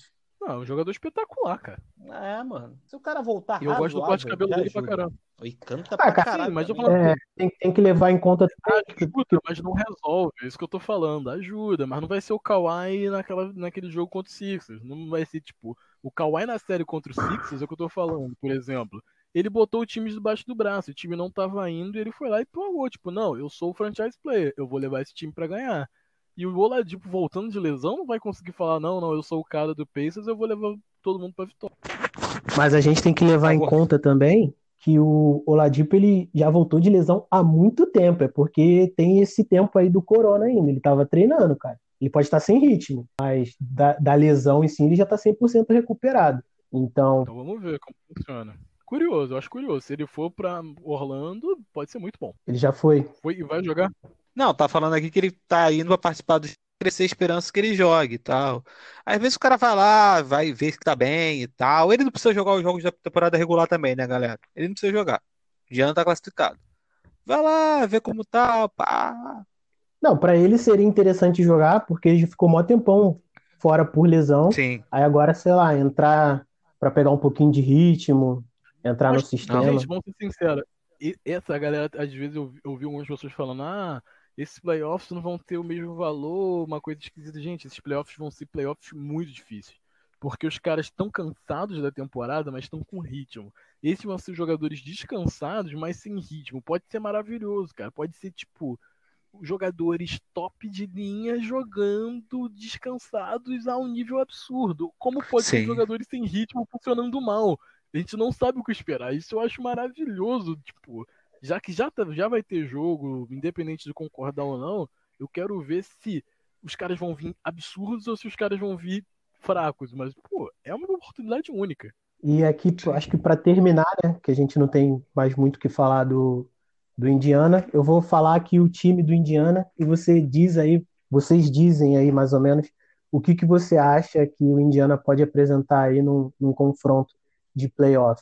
Não, é um jogador espetacular, cara. É, mano. Se o cara voltar E eu gosto do corte de razoável, cabelo já dele pra ajuda. caramba. E canta Ah, pra cara, caralho Sim, mas eu também. falo É, tem, tem que levar em conta também que, ajuda, que- mas não resolve. É isso que eu tô falando. Ajuda, mas não vai ser o Kawhi naquela, naquele jogo contra o Sixers. Não vai ser, tipo, o Kawhi na série contra o Sixers, é o que eu tô falando, por exemplo. Ele botou o time debaixo do braço, o time não tava indo e ele foi lá e pagou. Tipo, não, eu sou o franchise player, eu vou levar esse time pra ganhar. E o Oladipo voltando de lesão não vai conseguir falar, não, não, eu sou o cara do Pacers, eu vou levar todo mundo pra vitória. mas a gente tem que levar em Favor. conta também que o Oladipo ele já voltou de lesão há muito tempo, é porque tem esse tempo aí do corona ainda, ele estava treinando, cara. Ele pode estar sem ritmo, mas da, da lesão em si ele já está cem por cento recuperado. Então, Então vamos ver como funciona. Curioso, eu acho curioso. Se ele for pra Orlando, pode ser muito bom. ele já foi. Foi e vai jogar? Não, tá falando aqui que ele tá indo pra participar do crescer a esperança que ele jogue e tal. Às vezes o cara vai lá, vai ver que tá bem e tal. Ele não precisa jogar os jogos da temporada regular também, né, galera? Ele não precisa jogar. O Gianna tá classificado. Vai lá, vê como tá, pá. Não, para ele seria interessante jogar, porque ele ficou mó tempão fora por lesão. Sim. Aí agora, sei lá, entrar para pegar um pouquinho de ritmo, entrar no Mas, Não. sistema. gente, vamos ser sinceros. E- Essa galera, às vezes eu, eu ouvi algumas pessoas falando, ah, esses playoffs não vão ter o mesmo valor, uma coisa esquisita. Gente, esses playoffs vão ser playoffs muito difíceis. Porque os caras estão cansados da temporada, mas estão com ritmo. Esses vão ser jogadores descansados, mas sem ritmo. Pode ser maravilhoso, cara. Pode ser, tipo, jogadores top de linha jogando descansados a um nível absurdo. Como pode ser Sim. jogadores sem ritmo funcionando mal? A gente não sabe o que esperar. Isso eu acho maravilhoso. Tipo, já que já, tá- já vai ter jogo, independente de concordar ou não, eu quero ver se os caras vão vir absurdos ou se os caras vão vir fracos. Mas, pô, é uma oportunidade única. E aqui, pô, Sim. acho que para terminar, né, que a gente não tem mais muito o que falar do, do Indiana, eu vou falar aqui o time do Indiana e você diz aí, vocês dizem aí mais ou menos o que que você acha que o Indiana pode apresentar aí num, num confronto de playoff.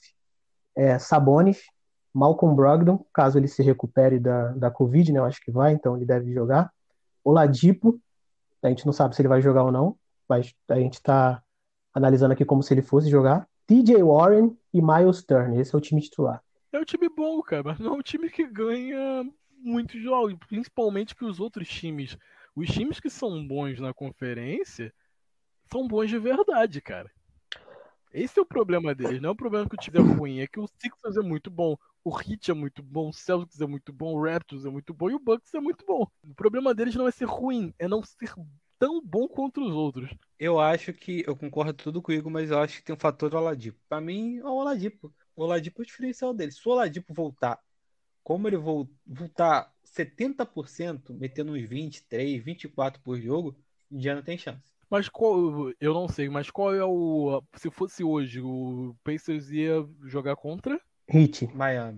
É, Sabonis, Malcolm Brogdon, caso ele se recupere da, da Covid, né, eu acho que vai, então ele deve jogar. Oladipo, a gente não sabe se ele vai jogar ou não, mas a gente está analisando aqui como se ele fosse jogar. T J Warren e Miles Turner. Esse é o time titular. É um time bom, cara, mas não é um time que ganha muitos jogos, principalmente que os outros times. Os times que são bons na conferência são bons de verdade, cara. Esse é o problema deles, não é o problema que o time é ruim, é que o Sixers é muito bom, o Heat é muito bom, o Celtics é muito bom, o Raptors é muito bom e o Bucks é muito bom. O problema deles não é ser ruim, é não ser tão bom quanto os outros. Eu acho que eu concordo tudo com o Igor, mas eu acho que tem um fator do Oladipo. Pra mim, é o Oladipo. O Oladipo é o diferencial dele. Se o Oladipo voltar, como ele vol- voltar setenta por cento, metendo uns vinte e três, vinte e quatro por jogo, Indiana tem chance. Mas qual, eu não sei, mas qual é o. Se fosse hoje, o Pacers ia jogar contra? Heat. Miami.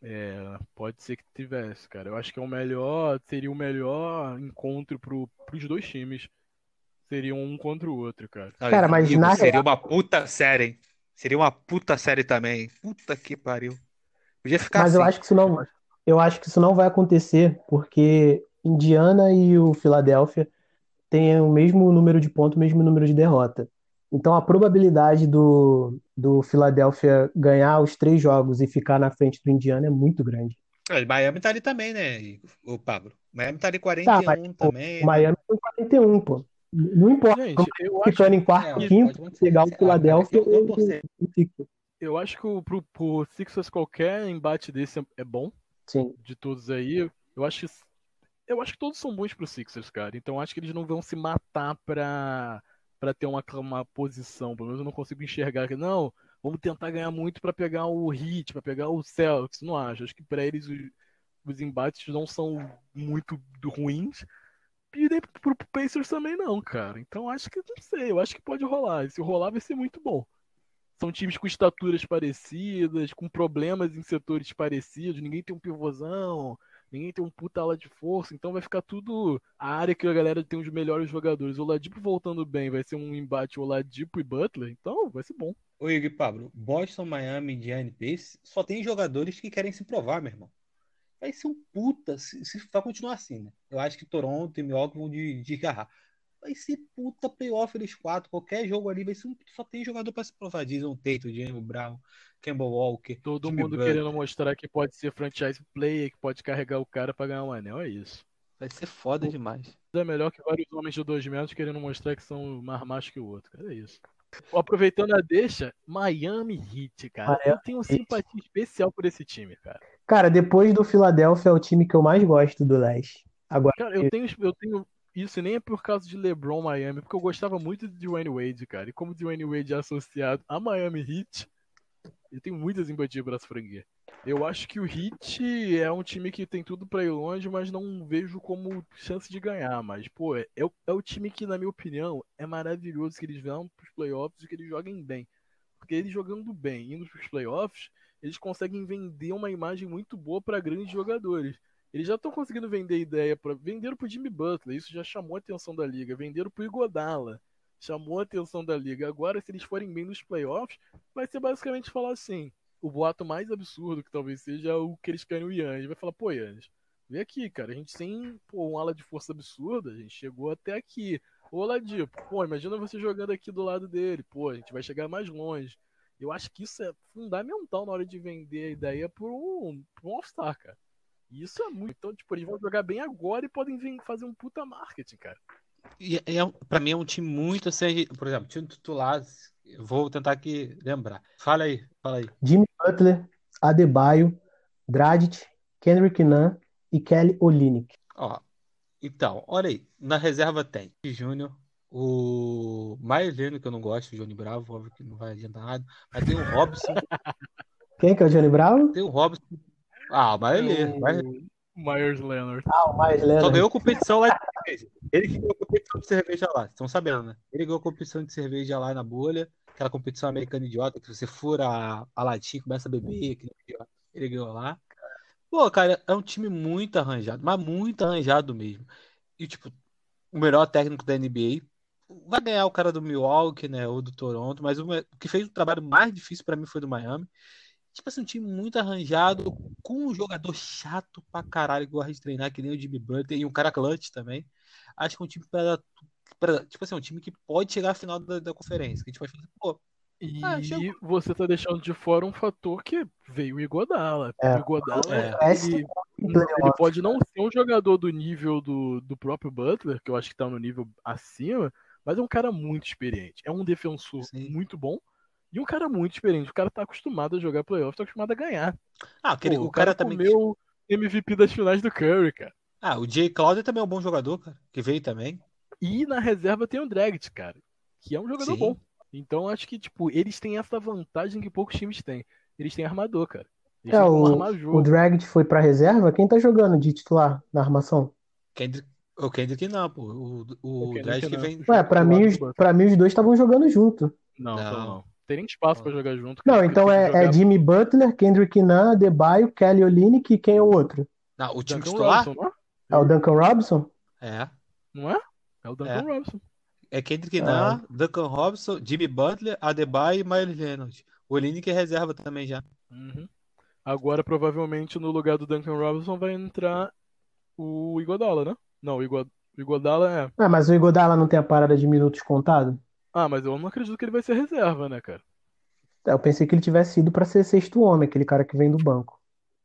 É, pode ser que tivesse, cara. Eu acho que é o melhor, seria o melhor encontro pro, pros dois times. Seria um contra o outro, cara. Aí, Cara, mas Igor, na seria real, uma puta série, hein? Seria uma puta série também. Puta que pariu. Podia ficar mas eu assim. acho que isso não, eu acho que isso não vai acontecer porque Indiana e o Philadelphia têm o mesmo número de pontos, o mesmo número de derrota. Então a probabilidade do, do Philadelphia ganhar os três jogos e ficar na frente do Indiana é muito grande. É, Miami tá ali também, né, Igor? O Pablo. Miami tá ali Tá, mas quarenta e um pô, o também, né? Miami tem quarenta e um, pô. Não importa, o Gente, Miami eu acho ficando em quarto É, ou ó, quinto, pode acontecer. pegar o Sei lá, cara. Philadelphia Eu, eu ou o torcer. o Sixers. Eu acho que o, pro, pro Sixers qualquer embate desse é, é bom, Sim. de todos aí. Eu acho que, eu acho que todos são bons pro Sixers, cara. Então eu acho que eles não vão se matar pra, pra ter uma, uma posição. Pelo menos eu não consigo enxergar que, não, vamos tentar ganhar muito pra pegar o Heat, pra pegar o Celtics. Não acho. Acho que pra eles os, os embates não são muito ruins. E nem pro, pro Pacers também não, cara. Então acho que, não sei, eu acho que pode rolar. E se rolar vai ser muito bom. São times com estaturas parecidas, com problemas em setores parecidos. Ninguém tem um pivôzão, ninguém tem um puta ala de força. Então vai ficar tudo a área que a galera tem os melhores jogadores. O Oladipo voltando bem vai ser um embate Oladipo e Butler. Então vai ser bom. Ô, Igor e Pablo, Boston, Miami, Indiana e Pacers só tem jogadores que querem se provar, meu irmão. Vai ser um puta se, se vai continuar assim, né? Eu acho que Toronto e Milwaukee vão de- desgarrar. vai ser puta playoff eles quatro. Qualquer jogo ali vai ser um, só tem jogador pra se provar. Jason Tatum, Jaylen Brown, Kemba Walker, Todo Jimmy mundo Butler. querendo mostrar que pode ser franchise player, que pode carregar o cara pra ganhar um anel, é isso. Vai ser foda demais. É melhor que vários homens de dois metros querendo mostrar que são mais machos que o outro, cara, é isso. Aproveitando a deixa, Miami Heat, cara. Miami Eu tenho uma simpatia especial por esse time, cara. Cara, depois do Philadelphia é o time que eu mais gosto do leste. Agora, Cara, eu tenho, eu tenho isso, e nem é por causa de LeBron Miami, porque eu gostava muito de Dwayne Wade, cara. E como o Dwayne Wade é associado a Miami Heat, eu tenho muita simpatia por essa franquia. Eu acho que o Heat é um time que tem tudo pra ir longe, mas não vejo como chance de ganhar. Mas, pô, é, é o- é o time que, na minha opinião, é maravilhoso que eles vão pros playoffs e que eles joguem bem. Porque eles jogando bem, indo pros playoffs, eles conseguem vender uma imagem muito boa pra grandes jogadores. Eles já estão conseguindo vender ideia para venderam pro Jimmy Butler, isso já chamou a atenção da liga. Venderam pro Iguodala, chamou a atenção da liga. Agora, se eles forem bem nos playoffs, vai ser basicamente falar assim: o boato mais absurdo que talvez seja é o que eles querem o Yannis. Vai falar: pô, Yannis, vem aqui, cara. A gente tem pô, um ala de força absurda, a gente chegou até aqui. Ô, Ladipo, pô, imagina você jogando aqui do lado dele. Pô, a gente vai chegar mais longe. Eu acho que isso é fundamental na hora de vender a ideia para um, pra um All-Star, cara. E isso é muito. Então, tipo, eles vão jogar bem agora e podem vir fazer um puta marketing, cara. E é, é um- pra mim é um time muito assim, por exemplo, time titular, eu vou tentar aqui lembrar. Fala aí, fala aí. Jimmy Butler, Adebayo, Dragic, Kendrick Nunn e Kelly Olynyk. Ó, então, olha aí, na reserva tem o Júnior, o Miles Leonard, que eu não gosto, o Johnny Bravo, óbvio que não vai adiantar nada, mas tem o Robson, Quem que é o Johnny Bravo? tem o Robson, ah, o É Miles Leonard, Miles- o Myers Leonard. Ah, o Myles só Leonard. ganhou competição lá de cerveja. Ele que ganhou competição de cerveja lá, vocês estão sabendo, né? Ele ganhou competição de cerveja lá na bolha, aquela competição americana idiota, que você fura a, a latinha e começa a beber, que nem idiota. Ele ganhou lá. Pô, cara, é um time muito arranjado, mas muito arranjado mesmo. E, tipo, o melhor técnico da N B A vai ganhar o cara do Milwaukee, né, ou do Toronto, mas o, me- o que fez o trabalho mais difícil pra mim foi do Miami. Tipo assim, um time muito arranjado, com um jogador chato pra caralho que gosta de treinar, que nem o Jimmy Butler, e um cara clutch também. Acho que é um time pra, pra- tipo assim, um time que pode chegar à final da, da conferência. Que a gente pode fazer, pô, ah, chegou. E você tá deixando de fora um fator que veio o Iguodala. É. O Iguodala, É. Péssimo ele, em ele playoff. pode não ser um jogador do nível do, do próprio Butler, que eu acho que tá no nível acima, mas é um cara muito experiente. É um defensor Sim. muito bom e um cara muito experiente. O cara tá acostumado a jogar playoff, tá acostumado a ganhar. Ah, aquele, Pô, o cara, também. que- comeu M V P das finais do Curry, cara. Ah, o Jay Crowder também é um bom jogador, cara, que veio também. E na reserva tem o Dragic, cara, que é um jogador Sim. bom. Então acho que, tipo, eles têm essa vantagem que poucos times têm. Eles têm armador, cara. Eles É, têm como o, armar o jogo. Dragic foi pra reserva? Quem tá jogando de titular na armação? Kendrick, o Kendrick não, pô. O, o, O Kendrick Dragic não. vem. Ué, pra do mim, lado os, do Butler. pra mim os dois estavam jogando junto. Não, então Não. não. Tem nem espaço pra jogar junto, cara. Não, porque então tem que é, é jogar Jimmy Butler, Kendrick Nunn, Adebayo, Kelly Olynyk e quem é o outro? Não, o time Duncan titular? Robinson, não é? É o Duncan Robinson? É. Não é? É o Duncan É. Robinson. É Kendrick Ah. Nunn, Duncan Robinson, Jimmy Butler, Adebayo e Miles Leonard. O Olynyk é reserva também já. Uhum. Agora, provavelmente, no lugar do Duncan Robinson vai entrar o Iguodala, né? Não, o Igua- o Iguodala é... Ah, mas o Iguodala não tem a parada de minutos contado? Ah, mas eu não acredito que ele vai ser reserva, né, cara? Eu pensei que ele tivesse ido pra ser sexto homem, aquele cara que vem do banco.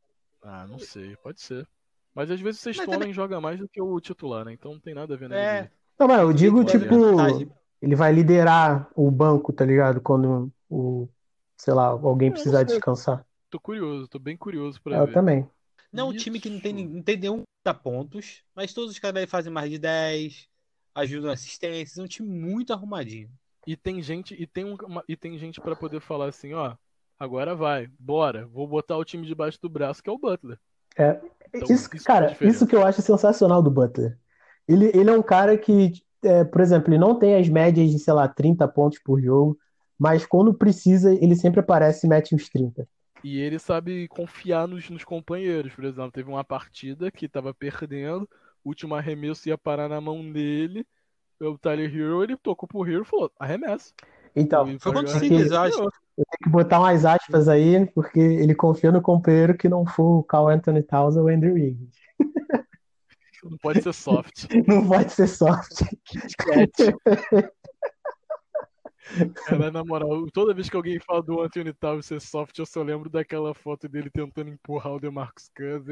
Ah, não sei, pode ser. Mas às vezes o sexto Mas também- homem joga mais do que o titular, né? Então não tem nada a ver na É. N B A. Não, mas eu digo, Pode tipo, ver vantagem. ele vai liderar o banco, tá ligado? Quando o, sei lá, alguém Eu precisar não sei. descansar. Tô curioso, tô bem curioso pra É, eu ver. também. Não é um time que não tem, Isso. não tem nenhum pontos, mas todos os caras aí fazem mais de dez, ajudam assistências. É um time muito arrumadinho. E tem gente, e tem, um, uma- e tem gente para poder falar assim, ó, agora vai, bora, vou botar o time debaixo do braço, que é o Butler. É, Então, isso, isso cara, faz diferença. isso que eu acho sensacional do Butler. Ele, ele é um cara que, é, por exemplo, ele não tem as médias de, sei lá, trinta pontos por jogo, mas quando precisa, ele sempre aparece e mete uns trinta. E ele sabe confiar nos, nos companheiros. Por exemplo, teve uma partida que tava perdendo, o último arremesso ia parar na mão dele, o Tyler Hero, ele tocou pro Hero e falou, arremesso. Então, E Foi contra o jogar, Sixers, ele eu acho. ganhou. eu tenho que botar umas aspas aí, porque ele confia no companheiro que não for o Karl Anthony Towns ou o Andrew Wiggins. Não pode ser soft. Não pode ser soft. Kit Kat. Cara, na moral, toda vez que alguém fala do Anthony Towns ser soft, eu só lembro daquela foto dele tentando empurrar o DeMarcus Cousins.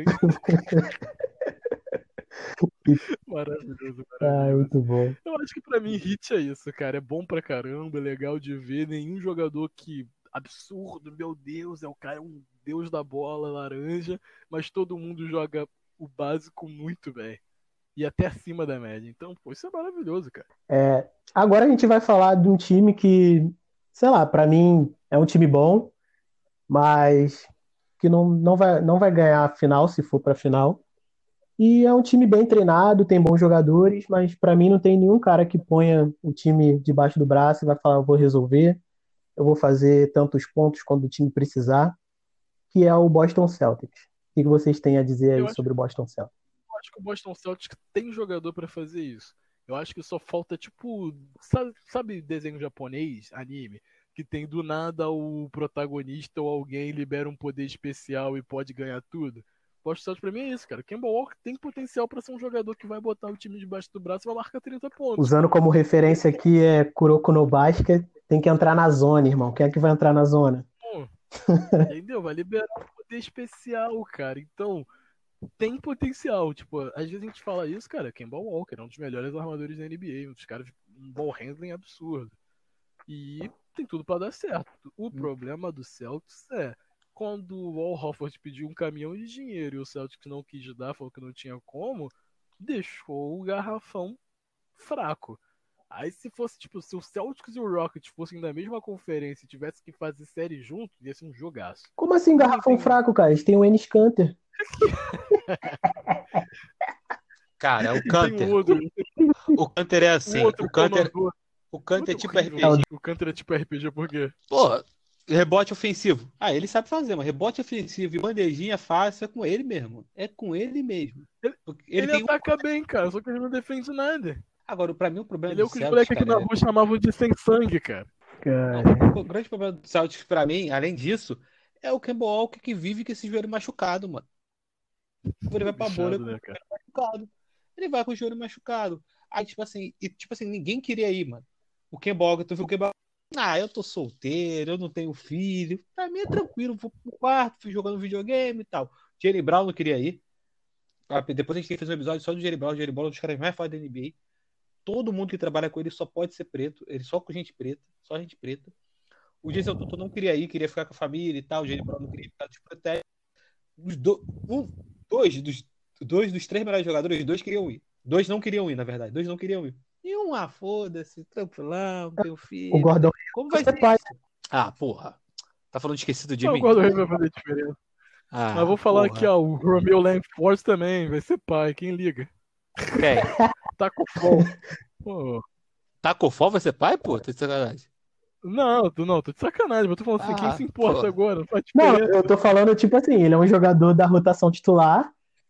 Maravilhoso, Ah, maravilhoso. muito bom. Eu acho que pra mim Hit é isso, cara. É bom pra caramba, é legal de ver. Nenhum jogador que absurdo, meu Deus, é o cara, é um deus da bola laranja, mas todo mundo joga o básico muito bem. E até acima da média. Então, pô, isso é maravilhoso, cara. É, agora a gente vai falar de um time que, sei lá, pra mim é um time bom, mas que não, não vai, não vai ganhar a final se for pra final. E é um time bem treinado, tem bons jogadores, mas pra mim não tem nenhum cara que ponha o time debaixo do braço e vai falar, eu vou resolver, eu vou fazer tantos pontos quando o time precisar, que é o Boston Celtics. O que vocês têm a dizer Eu aí acho, sobre o Boston Celtics? eu acho que o Boston Celtics tem jogador pra fazer isso. Eu acho que só falta, tipo, sabe, sabe desenho japonês, anime, que tem do nada o protagonista ou alguém libera um poder especial e pode ganhar tudo? O Boston Celtics pra mim é isso, cara. Kemba Walker tem potencial pra ser um jogador que vai botar o time debaixo do braço e vai marcar trinta pontos. Usando como referência aqui é Kuroko no Basket, tem que entrar na zona, irmão. Quem é que vai entrar na zona? Pô, entendeu? Vai liberar um poder especial, cara. Então, tem potencial. Tipo, às vezes a gente fala isso, cara. Kemba Walker é um dos melhores armadores da N B A, um dos caras, um ball handling absurdo. E tem tudo pra dar certo. O problema do Celtics é quando o Al Horford pediu um caminhão de dinheiro e o Celtics não quis dar, falou que não tinha como, deixou o garrafão fraco. Aí se fosse, tipo, se o Celtics e o Rockets fossem da mesma conferência e tivessem que fazer série junto, ia ser um jogaço. Como assim, garrafão Não tem- fraco, cara? Eles têm o Enes Kanter. Cara, o Tem Canter. um outro, O Canter é assim. um outro O Canter, comador. o Canter é Muito tipo horrível. R P G. O Canter é tipo R P G por quê? Pô, rebote ofensivo. Ah, ele sabe fazer, mas rebote ofensivo e bandejinha fácil é com ele mesmo. É com ele mesmo. Ele, Porque ele, Ele tem um. ataca bem, cara, só que ele não defende nada. Agora, pra mim, o problema Ele é do o que os Celtics, moleques aqui cara, na é- rua chamavam de sem sangue, cara. Cara, o grande problema do Celtics, pra mim, além disso, é o Kemba Walker que vive com esse joelho machucado, mano. Ele vai pra bolha Bichado, com o né, cara? joelho machucado. Ele vai com o joelho machucado. Aí, tipo assim, e, tipo assim, ninguém queria ir, mano. O Kemba Walker, tu viu o Kemba Ah, eu tô solteiro, eu não tenho filho. Pra mim é tranquilo, vou pro quarto, fui jogando videogame e tal. Jaylen Brown não queria ir. Ah, depois a gente tem que fazer um episódio só do Jaylen Brown. O Jaylen Brown é um dos caras mais fodas da N B A. Todo mundo que trabalha com ele só pode ser preto. Ele só com gente preta, só gente preta. O Jason Tutu não queria ir, queria ficar com a família e tal. O Jaylen Brown não queria ficar desprotegido. Os do, um, dois, dos, dois dos três melhores jogadores, dois queriam ir. Dois não queriam ir, na verdade. Dois não queriam ir. E um, ah, foda-se, tranquilão, tenho o filho. Gordon Como vai vai ser ser pai. isso? Ah, porra. Tá falando esquecido de Mas o mim? Gordon Hayward vai fazer diferença. Ah, Mas vou falar porra. aqui, ó, o Romeo Langford também vai ser pai, quem liga? Quem? Tá com fome. Pô, Taco Fall vai ser pai, pô? Tô de sacanagem. não, tô, não, tô de sacanagem, mas tô falando assim, quem Ah, se importa pô. agora? Não faz Não, diferença. eu tô falando, tipo assim, ele é um jogador da rotação titular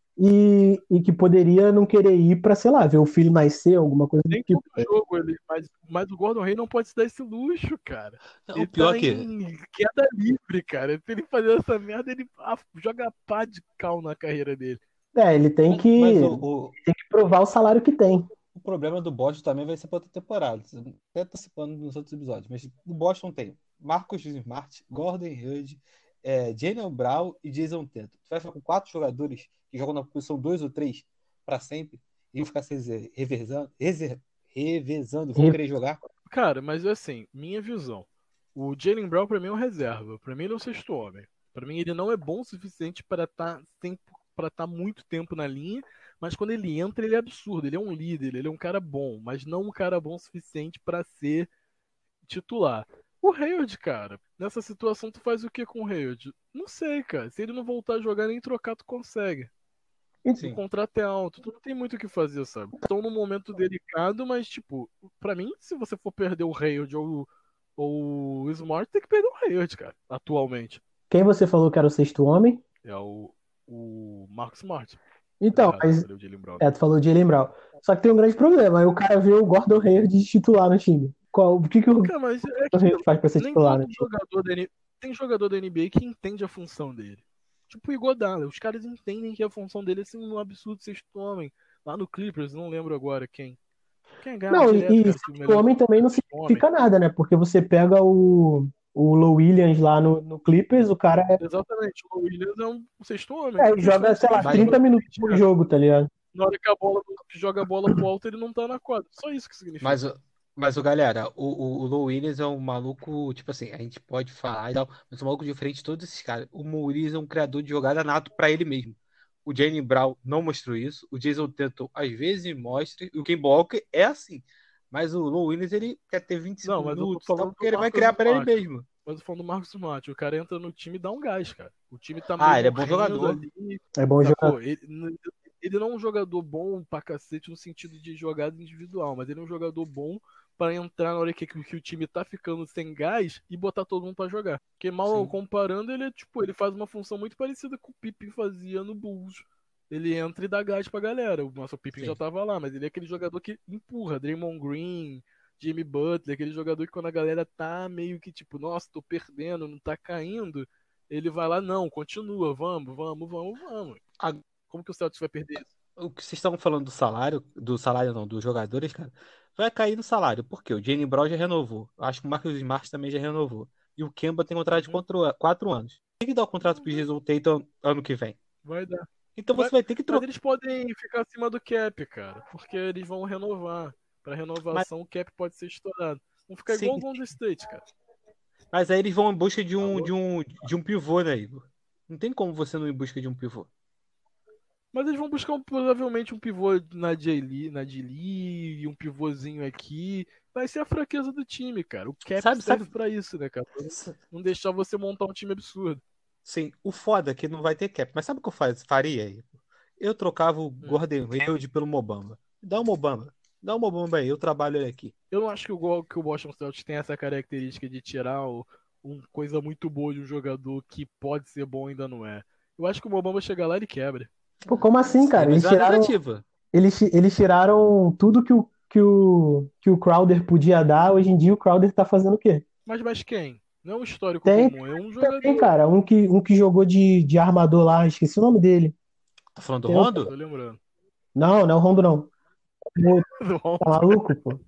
e, e que poderia não querer ir pra, sei lá, ver o filho nascer, alguma coisa do Nem tipo. todo jogo ele, mas, mas o Gordon Hayward não pode se dar esse luxo, cara. Não, Ele o pior tá que. em queda livre, cara. Se ele fazer essa merda, ele ah, joga pá de cal na carreira dele. É, ele tem Mas, que, mas o, o, tem que provar o salário que tem. o problema do Boston também vai ser para outra temporada. Até antecipando nos outros episódios. Mas o Boston tem Marcus Smart, Gordon Hayward, é, Jaylen Brown e Jason Tatum. Tu vai ficar com quatro jogadores que jogam na posição dois ou três para sempre e vão ficar se revezando, reser- revezando, vão Re- querer jogar. Cara, mas assim, minha visão. O Jaylen Brown pra mim é um reserva. Pra mim ele é um sexto homem. Pra mim ele não é bom o suficiente para estar para estar muito tempo na linha, mas quando ele entra ele é absurdo. Ele é um líder, ele é um cara bom, mas não um cara bom o suficiente pra ser titular. O Hayward, cara, nessa situação tu faz o que com o Hayward? Não sei, cara. Se ele não voltar a jogar nem trocar, tu consegue. O Sim. contrato é alto, tu não tem muito o que fazer, sabe? Estão num momento delicado, mas, tipo, pra mim, se você for perder o Hayward ou, ou o Smart, tem que perder o Hayward, cara, atualmente. Quem você falou que era o sexto homem? É o, o Marcus Smart. Então, Ah, mas falei o Jaylen Brown. é, tu falou de Jaylen Brown. Só que tem um grande problema. Aí o cara vê o Gordon Hayward de titular no time. Qual, o que, que o Gordon Cara, mas é que Hayward faz pra ser nem titular no todo time? jogador da N B A... Tem jogador da N B A que entende a função dele. Tipo o Iguodala. Os caras entendem que a função dele é ser um absurdo sexto homem. Lá no Clippers, não lembro agora quem. Quem ganhava Não, direto, e, e cara, ser o o melhor homem também não homem. significa nada, né? Porque você pega o, o Lou Williams lá no, no Clippers, o cara é, Exatamente, o Williams é um sexto homem. é, O sexto joga, homem sei lá, Mas, significa trinta minutos basicamente por isso. jogo, tá ligado? Na hora que a bola joga a bola pro alto, ele não tá na quadra. Só isso que mas, significa. o- mas o galera, o, o, o Lou Williams é um maluco, tipo assim, a gente pode falar e tal, mas é um maluco diferente de todos esses caras. O Mo Williams é um criador de jogada nato pra ele mesmo. O Jaylen Brown não mostrou isso. O Jason Tatum às vezes mostra. E o Kemba Walker é assim. Mas o Lou Williams, ele quer ter vinte e cinco Não, mas eu tô minutos e tal, falando porque do ele vai Marcus criar pra ele Smart. mesmo. Mas eu tô falando do Marcos Smart. O cara entra no time e dá um gás, cara. O time tá meio Ah, ele é bom morrendo jogador. ali, É bom jogador. sacou? Ele, ele não é um jogador bom pra cacete no sentido de jogada individual, mas ele é um jogador bom pra entrar na hora que, que o time tá ficando sem gás e botar todo mundo pra jogar. Porque mal Sim. comparando, ele é tipo, ele faz uma função muito parecida com o Pippen fazia no Bulls. Ele entra e dá gás pra galera. O nosso Pippen Sim. já tava lá, mas ele é aquele jogador que empurra. Draymond Green, Jimmy Butler, aquele jogador que quando a galera tá meio que tipo, nossa, tô perdendo, não tá caindo, ele vai lá, não, continua, vamos, vamos, vamos, vamos. A- Como que o Celtics vai perder isso? O que vocês estavam falando do salário, do salário não, dos jogadores, cara, vai cair no salário. Por quê? O Jaylen Brown já renovou. Acho que o Marcus Smart também já renovou. E o Kemba tem contrato de Uhum. quatro, quatro anos. Tem que dar o contrato pro Jason Tatum ano que vem. Vai dar. Então Vai- você vai ter que Mas trocar. eles podem ficar acima do cap, cara, porque eles vão renovar. Pra Mas, renovação, o cap pode ser estourado. Vão ficar sim, igual o Golden State, cara. mas aí eles vão em busca de um, Alô? de um, de um pivô, né, Igor? Não tem como você não ir em busca de um pivô. Mas eles vão buscar um- provavelmente um pivô na J-Lee, na D-Lee, e um pivôzinho aqui. Vai ser a fraqueza do time, cara. O cap Sabe, serve sabe? pra isso, né, cara? Pra não deixar você montar um time absurdo. Sim, o foda é que não vai ter cap. Mas sabe o que eu faz, faria, Igor? Eu trocava o Hum. Gordon Hayward pelo Mobamba. Dá um Mobamba. Dá um Mobamba aí, eu trabalho ele aqui. Eu não acho que o, Go- que o Boston Celtics tem essa característica de tirar o, um coisa muito boa de um jogador que pode ser bom e ainda não é. Eu acho que o Mobamba chega lá e ele quebra. Pô, como assim, Sim, cara? mas Eles é uma tiraram, tentativa. eles, eles tiraram tudo que o, que o, que o Crowder podia dar. Hoje em dia o Crowder tá fazendo o quê? Mas, mas quem? Não é um histórico Tem comum, é um também, jogador. cara. Um que, um que jogou de, de armador lá, esqueci o nome dele. Tá falando do Tem um- Não Rondo? tô lembrando. Não, não é o Rondo, não. Um outro, Não. tá maluco, pô?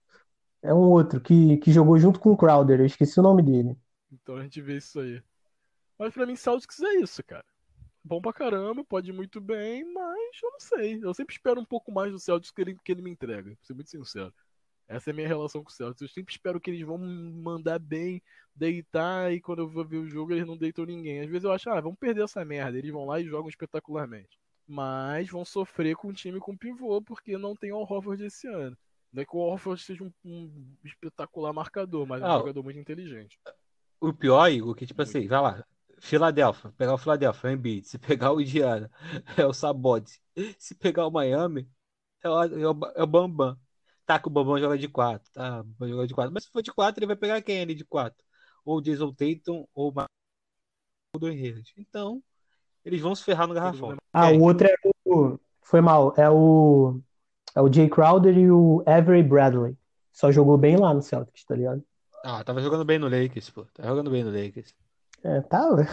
É um outro que, que jogou junto com o Crowder. Eu esqueci o nome dele. Então a gente vê isso aí. Mas pra mim, Celtics é isso, cara. Bom pra caramba, pode ir muito bem, mas eu não sei. Eu sempre espero um pouco mais do Celtics que ele, que ele me entrega, pra ser muito sincero. Essa é a minha relação com o Celtics. Eu sempre espero que eles vão mandar bem, deitar, e quando eu vou ver o jogo, eles não deitam ninguém. Às vezes eu acho, ah, vamos perder essa merda. Eles vão lá e jogam espetacularmente. Mas vão sofrer com um time com pivô, porque não tem o Al Horford esse ano. Não é que o Al Horford seja um, um espetacular marcador, mas é um Ah, jogador muito inteligente. o pior, Igor, que tipo Muito. assim, vai lá. Filadélfia, pegar o Filadélfia, é o Embiid. Se pegar o Indiana, é o Sabote. Se pegar o Miami, é o, é o, é o Bambam. Tá, que o Bambam joga de quatro, tá? O Bambam joga de quatro. Mas se for de quatro, ele vai pegar quem ali de quatro? Ou o Jason Tatum, ou o Gordon Hayward. Então, eles vão se ferrar no Todo mundo garrafão. é... Ah, o Quem? outro é o. Foi mal. É o. É o Jay Crowder e o Avery Bradley. Só jogou bem lá no Celtics, tá ligado? Ah, tava jogando bem no Lakers, pô. Tava jogando bem no Lakers. É, tava.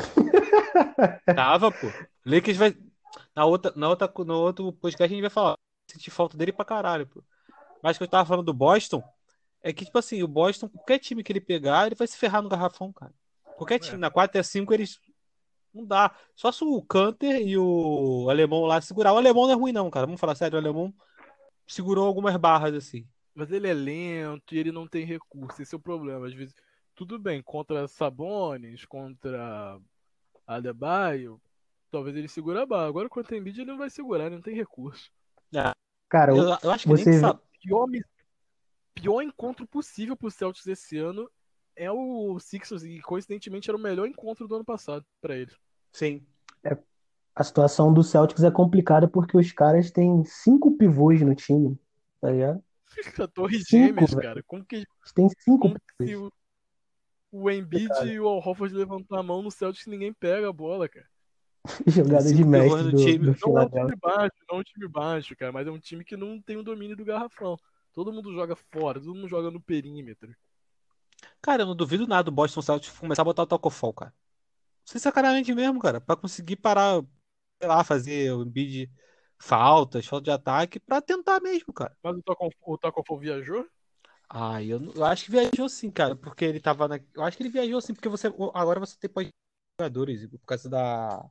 Tava, pô. Lakers vai. Na outra, na outra, no outro podcast a gente vai falar. Senti falta dele pra caralho, pô. Mas o que eu tava falando do Boston é que, tipo assim, o Boston, qualquer time que ele pegar, ele vai se ferrar no garrafão, cara. Qualquer time, É. na quatro a cinco eles. Não dá. Só se o Canter e o alemão lá segurar. O alemão não é ruim, não, cara. Vamos falar sério, o alemão segurou algumas barras, assim. Mas ele é lento e ele não tem recurso. Esse é o problema. Às vezes, tudo bem, contra Sabonis, contra Adebayo, talvez ele segure a barra. Agora contra Embiid ele não vai segurar, ele não tem recurso. É, Cara, eu, o- eu acho que nem que você. sabe. Pior, mi- pior encontro possível pro Celtics esse ano é o Sixers, e coincidentemente era o melhor encontro do ano passado pra eles. Sim. A situação do Celtics é complicada porque os caras têm cinco pivôs no time, tá ligado? A Torre Cinco, Gêmeas, velho. cara. Como que, Eles têm cinco como que se pivôs. o, o Embiid e o Al Horford levantar a mão no Celtics ninguém pega a bola, cara. Jogada de Cinco pivôs mestre no do, time. do Não é um Philadelphia. time baixo, não é um time baixo, cara, mas é um time que não tem o domínio do garrafão. Todo mundo joga fora, todo mundo joga no perímetro. Cara, eu não duvido nada do Boston Celtics começar a botar o Tacofol, cara. Sem sacanagem mesmo, cara. Pra conseguir parar, sei lá, fazer o Embiid faltas, falta de ataque, pra tentar mesmo, cara. Mas o Taco, o Taco Fall viajou? Ah, eu, não- eu acho que viajou sim, cara, porque ele tava na. Eu acho que ele viajou sim, porque você agora você tem pode jogadores por causa da,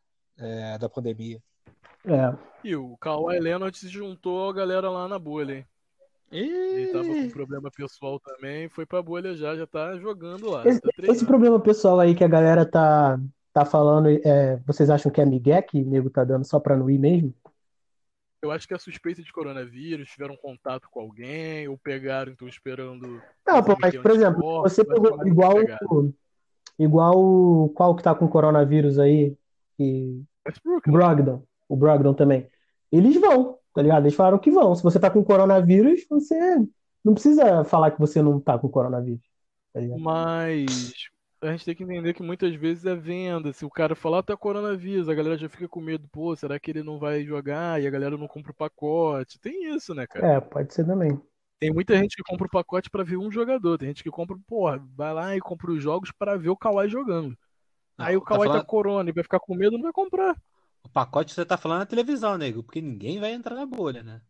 é, da pandemia. É. E o Kawhi Leonard se juntou a galera lá na bolha, hein? Ele tava com E... problema pessoal também, foi pra bolha já, já tá jogando lá, já Esse, tá esse treinando. problema pessoal aí que a galera tá, tá falando, é, vocês acham que é migué que o nego tá dando só pra não ir mesmo? Eu acho que a suspeita de coronavírus, tiveram contato com alguém, ou pegaram, então esperando Não, pô, exame mas, ter por exemplo, anticorpos, você eu acho que é pegou mais essa igual, pegada. igual o- qual que tá com coronavírus aí, que, Westbrook, o né? Brogdon, o Brogdon também. Eles vão, tá ligado? Eles falaram que vão. Se você tá com coronavírus, você não precisa falar que você não tá com coronavírus, tá ligado? Mas a gente tem que entender que muitas vezes é venda. Se o cara falar tá coronavírus, a galera já fica com medo, pô, será que ele não vai jogar? E a galera não compra o pacote. Tem isso, né, cara? É, pode ser também. Tem muita gente que compra o pacote pra ver um jogador. Tem gente que compra, porra, vai lá e compra os jogos pra ver o Kawhi jogando. Aí o Não, tá Kawhi tá falando. corona e vai ficar com medo, não vai comprar. O pacote você tá falando na televisão, nego, porque ninguém vai entrar na bolha, né?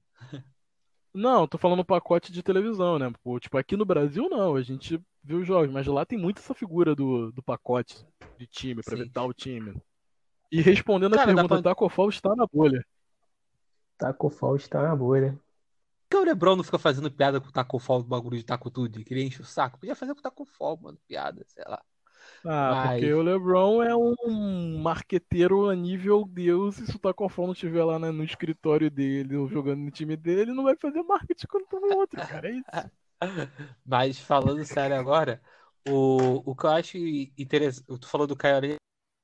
Não, tô falando pacote de televisão, né? Pô, tipo, aqui no Brasil não, a gente vê os jogos, mas lá tem muito essa figura do, do pacote de time, pra ver Sim. tal time. E respondendo a Cara, dá pergunta, pra. Taco Fall está na bolha. Taco Fall está na bolha. Por que o LeBron não fica fazendo piada com o Taco Fall, do bagulho de Taco Tudo, que ele enche o saco? Podia fazer com o Taco Fall, mano, piada, sei lá. Ah, porque Mas. o LeBron é um marqueteiro a nível Deus, e se o Taco Fall não estiver lá né, no escritório dele ou jogando no time dele, não vai fazer marketing contra o outro, cara. É isso. Mas falando sério agora, o, o que eu acho interessante. Tu falou do Kyrie.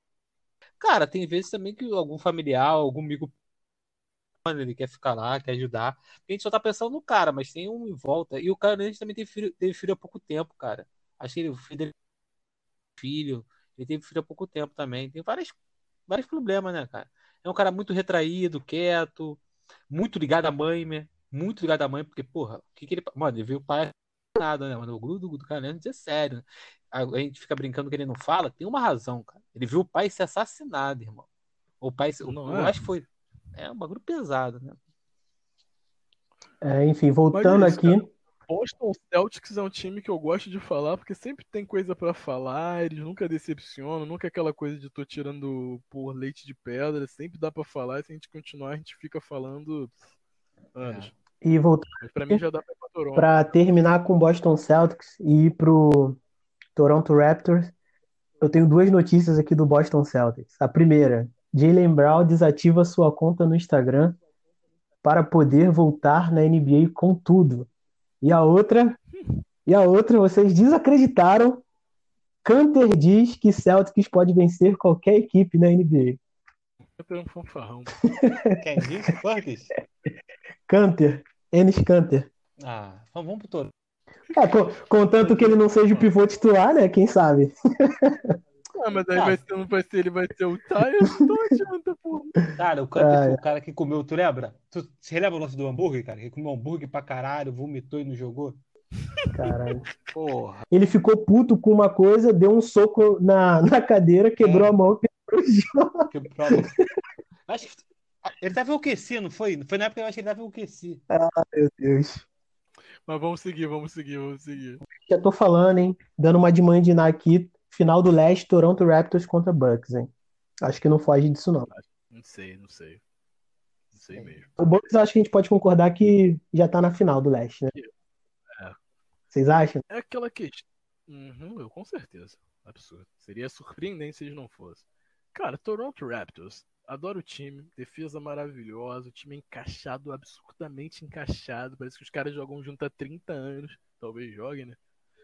Cara, tem vezes também que algum familiar, algum amigo, mano, ele quer ficar lá, quer ajudar. Porque a gente só tá pensando no cara, mas tem um em volta. E o Kyrie também teve filho, teve filho há pouco tempo, cara. Acho que ele, o filho dele filho. Ele teve filho há pouco tempo também. Tem vários, vários problemas, né, cara? É um cara muito retraído, quieto, muito ligado à mãe, né? Muito ligado à mãe, porque, porra, o que que ele. Mano, ele viu o pai nada, né, mano? O grudo do, do cara, é sério. Né? A, a gente fica brincando que ele não fala, tem uma razão, cara. Ele viu o pai ser assassinado, irmão. O pai, o- Não eu é? acho que foi. É um bagulho pesado, né? É, enfim, Mas é voltando isso, cara. aqui. Boston Celtics é um time que eu gosto de falar, porque sempre tem coisa pra falar, eles nunca decepcionam, nunca é aquela coisa de tô tirando por leite de pedra, sempre dá pra falar, e se a gente continuar, a gente fica falando É. anos. E voltando Mas pra mim já dá pra ir pra Toronto. para terminar com o Boston Celtics e ir pro Toronto Raptors, eu tenho duas notícias aqui do Boston Celtics. A primeira, Jaylen Brown desativa sua conta no Instagram para poder voltar na N B A com tudo. E a outra, e a outra, vocês desacreditaram. Canter diz que Celtics pode vencer qualquer equipe na N B Eu tenho um fanfarrão. Quem disse? Quantos? A. Canter, Enes Canter. Ah, vamos, vamos pro Toronto. É, co- contanto que ele não seja o pivô titular, né? Quem sabe? Ah, mas aí Ah, vai ser, não vai ser, ele vai ser o Tyus, então não adianta, porra. cara, o Canter foi Ah, o cara que comeu, tu lembra? Tu, você lembra o lance do hambúrguer, cara? Que comeu hambúrguer pra caralho, vomitou e não jogou? caralho. Porra. Ele ficou puto com uma coisa, deu um soco na, na cadeira, quebrou a É, mão e quebrou o jogo. que prova. Acho que ele tava enlouquecido, não foi? Foi na época que eu acho que ele tava enlouquecido. Meu Deus. Mas vamos seguir, vamos seguir, vamos seguir. Já tô falando, hein? Dando uma de mandinar aqui. Final do leste, Toronto Raptors contra Bucks, hein? Acho que não foge disso, não. Não sei, não sei. Não sei mesmo. O Bucks acho que a gente pode concordar que já tá na final do leste, né? É, Vocês acham? é aquela questão. Uhum, eu com certeza. Absurdo. Seria surpreendente se eles não fossem. Cara, Toronto Raptors. Adoro o time. Defesa maravilhosa. O time é encaixado, absurdamente encaixado. Parece que os caras jogam junto há trinta anos. Talvez joguem, né?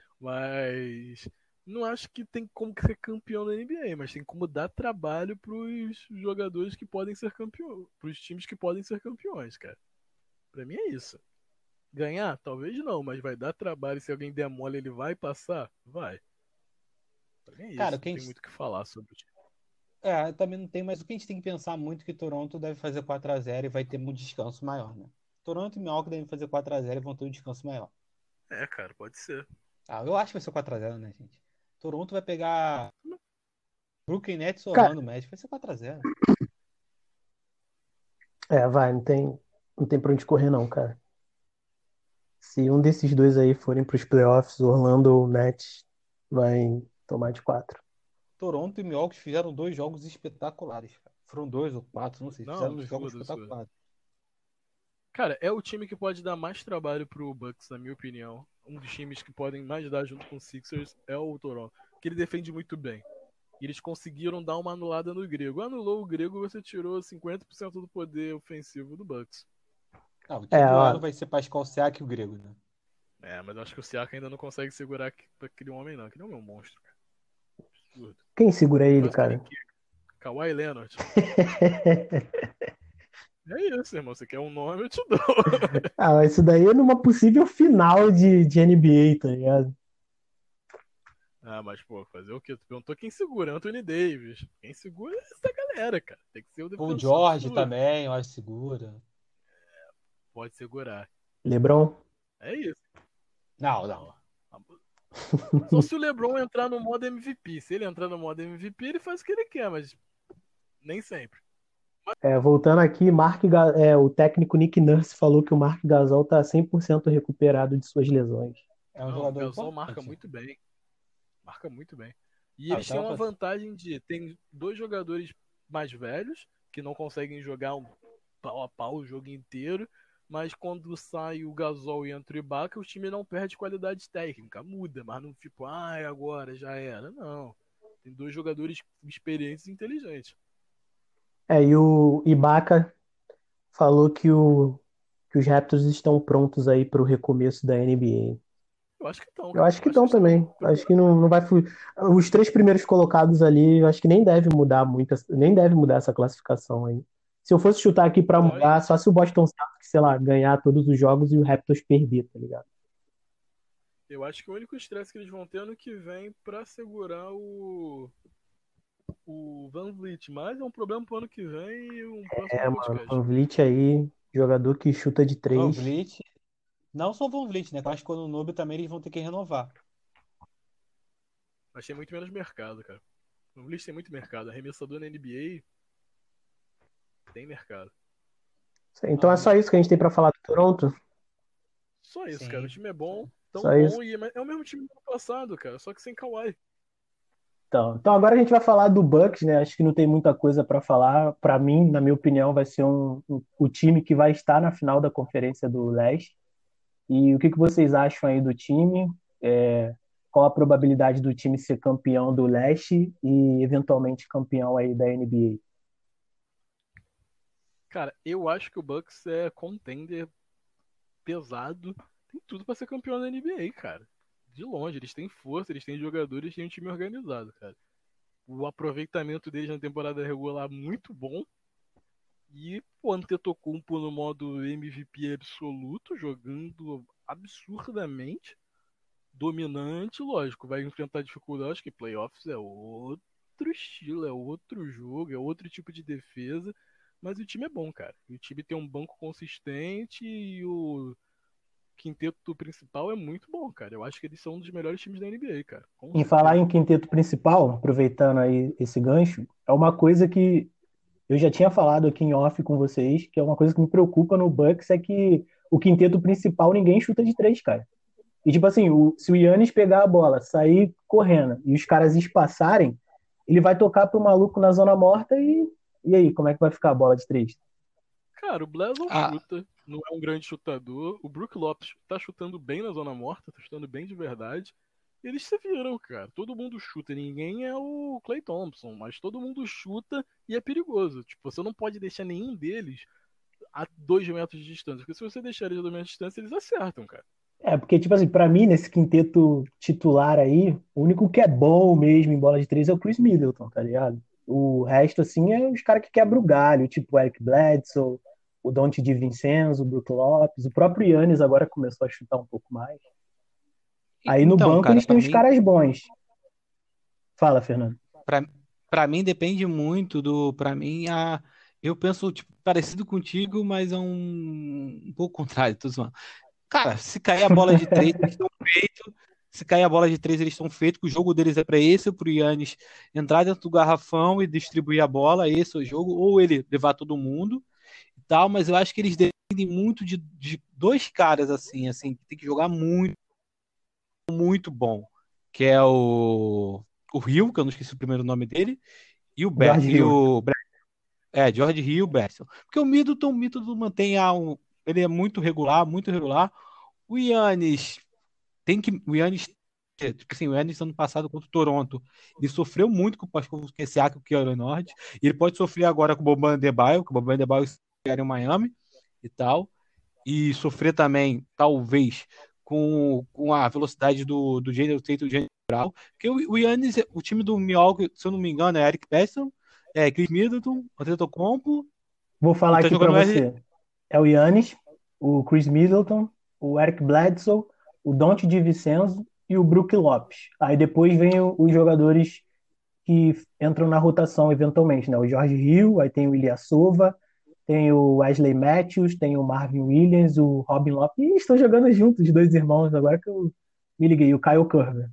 Mas não acho que tem como ser campeão da N B A, mas tem como dar trabalho pros jogadores que podem ser campeões, pros times que podem ser campeões, cara. Pra mim é isso. Ganhar? Talvez não, mas vai dar trabalho. Se alguém der mole, ele vai passar? Vai. Pra mim é Cara, isso. o que a Não tem gente. muito o que falar sobre o time. É, também não tem, mas o que a gente tem que pensar muito é que Toronto deve fazer quatro a zero e vai ter um descanso maior, né? Toronto e Milwaukee devem fazer quatro a zero e vão ter um descanso maior. É, cara, pode ser. Ah, eu acho que vai ser quatro a zero, né, gente? Toronto vai pegar Brooklyn Nets, Cara, Orlando Magic, vai ser quatro a zero. É, vai, não tem, não tem pra onde correr não, cara. Se um desses dois aí forem pros playoffs, Orlando ou Nets, vai tomar de quatro. Toronto e Milwaukee fizeram dois jogos espetaculares, cara. Foram dois ou quatro, não sei. Não, Fizeram dois jogos absurdo, absurdo. espetaculares. Cara, é o time que pode dar mais trabalho pro Bucks, na minha opinião. Um dos times que podem mais dar junto com o Sixers é o Toronto, que ele defende muito bem. E eles conseguiram dar uma anulada no grego. Anulou o grego, você tirou cinquenta por cento do poder ofensivo do Bucks. Ah, o É, titular ó, não vai ser Pascal Siakam e o grego, né? É, mas eu acho que o Siaka ainda não consegue segurar aqu- aquele homem, não. Aquele homem é um monstro, cara. Absurdo. quem segura Ele ele, faz o que ele cara? quer. Kawhi Leonard. É isso, irmão. Você quer um nome, eu te dou. Ah, mas isso daí é numa possível final de, de N B A, tá ligado? Ah, mas, pô, fazer o quê? Tu perguntou quem segura, Anthony Davis. Quem segura é essa galera, cara. Tem que ser o O defensor George absurdo. também, eu acho segura. Pode segurar. LeBron? É isso. Não, não. Só se o LeBron entrar no modo M V P. Se ele entrar no modo M V P, ele faz o que ele quer, mas nem sempre. É, voltando aqui, Mark, Ga- é, o técnico Nick Nurse falou que o Mark Gasol tá cem por cento recuperado de suas lesões. É um Não, o jogador Gasol marca importante. muito bem. Marca muito bem. E Ah, eu eles têm tava uma pra- vantagem de tem dois jogadores mais velhos que não conseguem jogar um pau a pau o jogo inteiro, mas quando sai o Gasol e entra o Ibaka, o time não perde qualidade técnica, muda, mas não tipo, ah, agora já era. Não. Tem dois jogadores experientes e inteligentes. É, e o Ibaka falou que, o, que os Raptors estão prontos aí para o recomeço da N B A. Eu acho que estão, Eu cara. acho Eu que acho que estão eles estão também. Acho que preparados. não, não vai fluir. Os três primeiros colocados ali, eu acho que nem deve mudar muito, essa- nem deve mudar essa classificação aí. Se eu fosse chutar aqui pra Só mudar, isso. só se o Boston Celtics, sei lá, ganhar todos os jogos e o Raptors perder, tá ligado? Eu acho que o único estresse que eles vão ter ano que vem pra segurar o o Van Vliet, mas é um problema pro ano que vem e um próximo É, mano, podcast. Van Vliet aí, jogador que chuta de Van três. Vliet. Não só o Van Vliet, né? Eu acho que quando o Nobe também eles vão ter que renovar. Mas tem muito menos mercado, cara. O Van Vliet tem muito mercado. Arremessador na N B A tem mercado. Então é Ah, só isso que a gente tem pra falar do Toronto? Só isso, cara. O sim. time é bom, tão Só isso. bom e é o mesmo time do ano passado, cara. Só que sem Kawhi. Então, então agora a gente vai falar do Bucks, né? Acho que não tem muita coisa pra falar. Pra mim, na minha opinião, vai ser um, um- o time que vai estar na final da Conferência do Leste. E o que que vocês acham aí do time? É, qual a probabilidade do time ser campeão do Leste e eventualmente campeão aí da N B Cara, eu acho que o Bucks é contender pesado. Tem tudo pra ser campeão da N B A, cara. De longe, eles têm força, eles têm jogadores, têm um time organizado, cara. O aproveitamento deles na temporada regular muito bom. E o Antetokounmpo no modo M V P absoluto, jogando absurdamente, dominante, lógico, vai enfrentar dificuldades, que playoffs é outro estilo, é outro jogo, é outro tipo de defesa, mas o time é bom, cara. O time tem um banco consistente e o quinteto principal é muito bom, cara. Eu acho que eles são um dos melhores times da N B A, cara. Com A. Em falar certeza. em quinteto principal, aproveitando aí esse gancho, é uma coisa que eu já tinha falado aqui em off com vocês, que é uma coisa que me preocupa no Bucks, é que o quinteto principal ninguém chuta de três, cara. E tipo assim, o, se o Yannis pegar a bola, sair correndo e os caras espaçarem, ele vai tocar pro maluco na zona morta e e aí, como é que vai ficar a bola de três? Cara, o Bledsoe Ah, chuta, não é um grande chutador. O Brook Lopes tá chutando bem na zona morta, tá chutando bem de verdade. Eles se viram, cara. Todo mundo chuta. Ninguém é o Klay Thompson, mas todo mundo chuta e é perigoso. Tipo, você não pode deixar nenhum deles a dois metros de distância. Porque se você deixar eles a dois metros de distância, eles acertam, cara. É, porque, tipo assim, pra mim, nesse quinteto titular aí, o único que é bom mesmo em bola de três é o Chris Middleton, tá ligado? O resto, assim, é os caras que quebram o galho, tipo o Eric Bledsoe, o Dante DiVincenzo, o Brook Lopes, o próprio Yannis agora começou a chutar um pouco mais. e- Aí no então, banco cara, eles têm pra os mim, caras bons. Fala, Fernando. para para mim depende muito do, para mim a eu penso tipo parecido contigo, mas é um, um pouco contrário, tô zoando. Cara, se cair a bola de três, eles estão feitos. Se cair a bola de três, eles estão feitos. O jogo deles é para esse, pro Yannis entrar dentro do garrafão e distribuir a bola. Esse é o jogo. Ou ele levar todo mundo. tal, mas eu acho que eles dependem muito de, de dois caras, assim, assim, que tem que jogar muito, muito bom, que é o, o Hill, que eu não esqueci o primeiro nome dele, e o, Be George e Hill. o é, George Hill e o Bergson. Porque o Middleton, o Middleton mantém a um, ele é muito regular, muito regular. O Yannis tem que, o Yannis, tipo assim, o Yannis ano passado contra o Toronto, ele sofreu muito com o Pascal Siakam, que é o Norte, e ele pode sofrer agora com o Boban Adebayo, que o Boban Adebayo era em Miami e tal, e sofrer também, talvez, com, com a velocidade do, do Jalen Tatum e do Jalen Brown, porque o, o Yannis, o time do Milwaukee, se eu não me engano, é Eric Passon, é Chris Middleton, Antetokounmpo, Vou e falar tá aqui pra jogando R. você. É o Giannis, o Chris Middleton, o Eric Bledsoe, o Dante DiVincenzo e o Brook Lopes. Aí depois vem o- os jogadores que entram na rotação eventualmente, né? O George Hill, aí tem o Ilyasova, tem o Wesley Matthews, tem o Marvin Williams, o Robin Lopes. E estão jogando juntos, os dois irmãos, agora que eu me liguei. O Kyle Korver.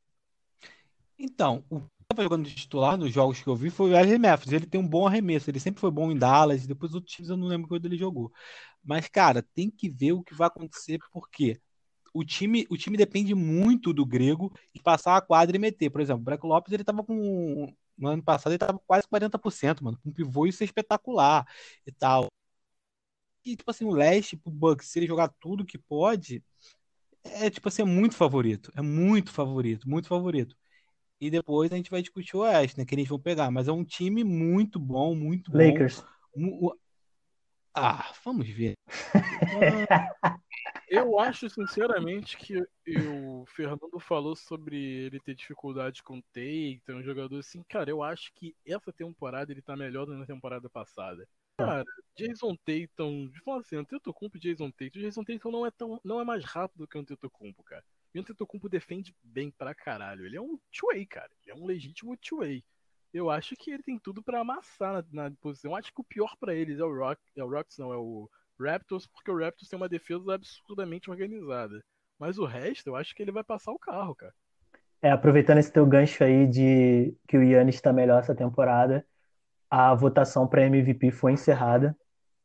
Então, o que estava jogando de titular nos jogos que eu vi foi o Wesley Matthews. Ele tem um bom arremesso, ele sempre foi bom em Dallas, e depois outros times eu não lembro quando ele jogou. Mas, cara, tem que ver o que vai acontecer, porque o time, o time depende muito do grego e passar a quadra e meter. Por exemplo, o Brook Lopes, ele tava com. No ano passado, ele tava com quase quarenta por cento, mano. Com um pivô, isso é espetacular e tal. E, tipo assim, o leste pro Bucks, se ele jogar tudo que pode, é, tipo assim, é muito favorito. É muito favorito, muito favorito. E depois a gente vai discutir o Oeste, né? Que eles vão pegar. Mas é um time muito bom, muito bom. Lakers. Mu- o- Ah, vamos ver. Ah, eu acho, sinceramente, que eu- o Fernando falou sobre ele ter dificuldade com o Tatum, um jogador assim. Cara, eu acho que essa temporada ele tá melhor do que na temporada passada. Cara, Jason Tatum, de falar assim, Antetokounmpo e Jason Tatum. O Jason Tatum não é, tão, não é mais rápido que o Antetokounmpo, cara. E o Antetokounmpo defende bem pra caralho. Ele é um two-way, cara. Ele é um legítimo two-way. Eu acho que ele tem tudo pra amassar na, na posição. Eu acho que o pior pra eles é o Rock, é o Rockets, não, é o Raptors, porque o Raptors tem uma defesa absurdamente organizada. Mas o resto, eu acho que ele vai passar o carro, cara. É, aproveitando esse teu gancho aí de que o Giannis está melhor essa temporada, a votação para M V P foi encerrada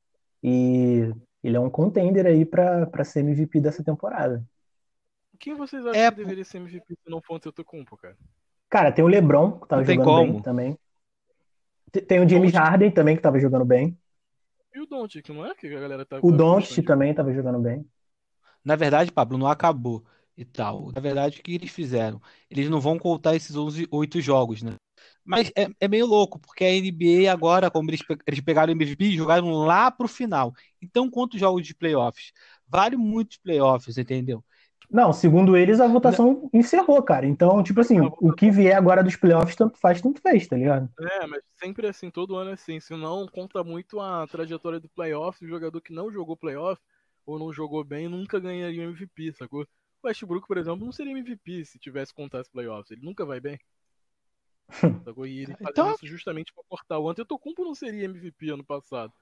e ele é um contender aí para para ser M V P dessa temporada. Quem vocês acham É, que deveria ser M V P se não for o Antetokounmpo, cara? Cara, tem o LeBron, que não tava tem jogando bem como. também. T- Tem o James Doncic Harden também, que tava jogando bem. e o Doncic, não é que a galera tá, O tá Doncic gostando de... também tava jogando bem. Na verdade, Pablo, não acabou e tal. Na verdade, o que eles fizeram? Eles não vão contar esses onze, oito jogos, né? Mas é, é meio louco, porque a N B A agora, como eles, pe- eles pegaram o M V P e jogaram lá pro final. Então, quantos jogos de playoffs? Vale muitos playoffs, entendeu? Não, segundo eles, a Na- votação encerrou, cara. Então, tipo A assim, o que votação... vier agora dos playoffs, tanto faz, tanto fez, tá ligado? É, mas sempre é assim, todo ano é assim. Senão conta muito a trajetória do playoff. O jogador que não jogou playoff ou não jogou bem nunca ganharia o M V P, sacou? O Westbrook, por exemplo, não seria M V P se tivesse contado os playoffs. Ele nunca vai bem, sacou? E ele fazendo Então, isso justamente pra cortar. O Antetokounmpo não seria M V P ano passado.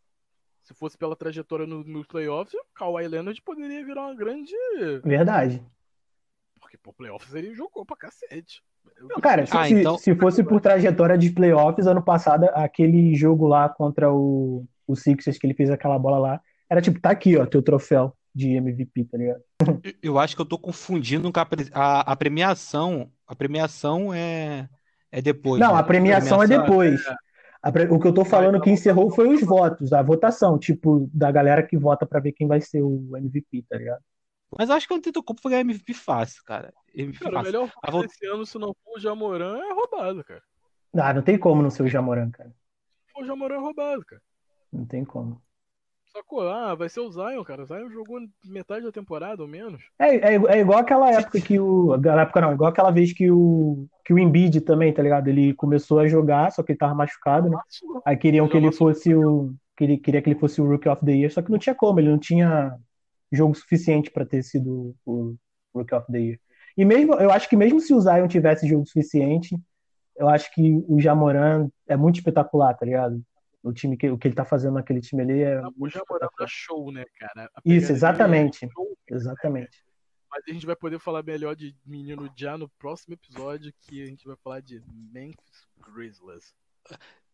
Se fosse pela trajetória no- nos playoffs, o Kawhi Leonard poderia virar uma grande. Verdade. Porque por playoffs ele jogou pra cacete. Eu, Não, cara, se, ah, principalmente se, então, se fosse por trajetória de playoffs, ano passado, aquele jogo lá contra o, o Sixers, que ele fez aquela bola lá, era tipo, tá aqui, ó, teu troféu de M V P, tá ligado? eu eu acho que eu tô confundindo com a, pre- a, a premiação. A premiação é, é depois, Não, a né? A premiação é premiação é. depois. A pre- O que eu tô mas falando a que encerrou votação foi os tava. votos, a votação, tipo, da galera que vota pra ver quem vai ser o M V P, tá ligado? Mas eu acho que o Antetokounmpo foi ganhar M V P fácil, cara. M V P Cara, o fácil. melhor A voto vo- desse ano, se não for o Jamoran, é roubado, cara. Ah, não tem como não ser o Jamoran, cara. Se for o Jamoran, é roubado, cara. Não tem como. Sacou? Ah, vai ser o Zion, cara. O Zion jogou metade da temporada ou menos. É, é, é igual aquela se- época que o. Aquela época não, igual aquela vez que o, que o Embiid também, tá ligado? Ele começou a jogar, só que ele tava machucado, né? Amassou. Aí queriam Ele que ele amassou. fosse o. Queria, queria que ele fosse o Rookie of the Year, só que não tinha como, ele não tinha jogo suficiente pra ter sido o Rookie of the Year. E mesmo, eu acho que mesmo se o Zion tivesse jogo suficiente, eu acho que o Jamoran é muito espetacular, tá ligado? O time que, o que ele tá fazendo naquele time ali é O muito Jamoran dá espetacular. show, né, cara? A Isso, pegada dele é exatamente. show. Exatamente. Mas a gente vai poder falar melhor de menino já no próximo episódio, que a gente vai falar de Memphis Grizzlies.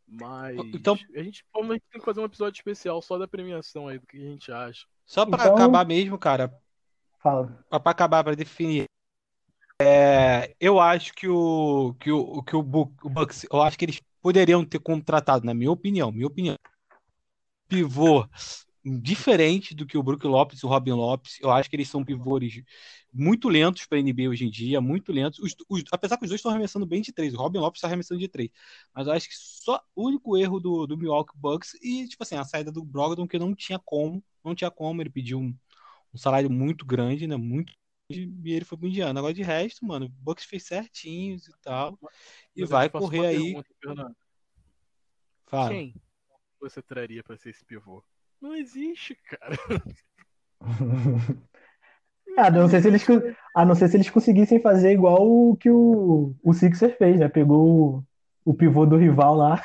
Mas Então, a gente provavelmente tem que fazer um episódio especial só da premiação aí, do que a gente acha. só pra Então, acabar mesmo, cara, fala. pra acabar, pra definir, é, eu acho que o que o, que o, Bu- o Bucks, eu acho que eles poderiam ter contratado, na minha opinião, minha opinião, pivô diferente do que o Brook Lopes e o Robin Lopes. Eu acho que eles são pivôs muito lentos para a N B A hoje em dia, muito lentos. Os, os, apesar que os dois estão arremessando bem de três. O Robin Lopes está arremessando de três. Mas eu acho que só o único erro do, do Milwaukee Bucks e, tipo assim, a saída do Brogdon, que não tinha como, não tinha como. Ele pediu um, um salário muito grande, né? Muito grande, e ele foi pro Indiana. Agora, de resto, mano, o Bucks fez certinhos e tal. E Mas eu vai te faço correr uma aí. pergunta, Fernando. Fala. Quem você traria pra ser esse pivô? Não existe, cara. Ah, não sei se eles, Infelizmente, co- a não ser se eles conseguissem fazer igual o que o, o Sixer fez, né? Pegou o, o pivô do rival lá.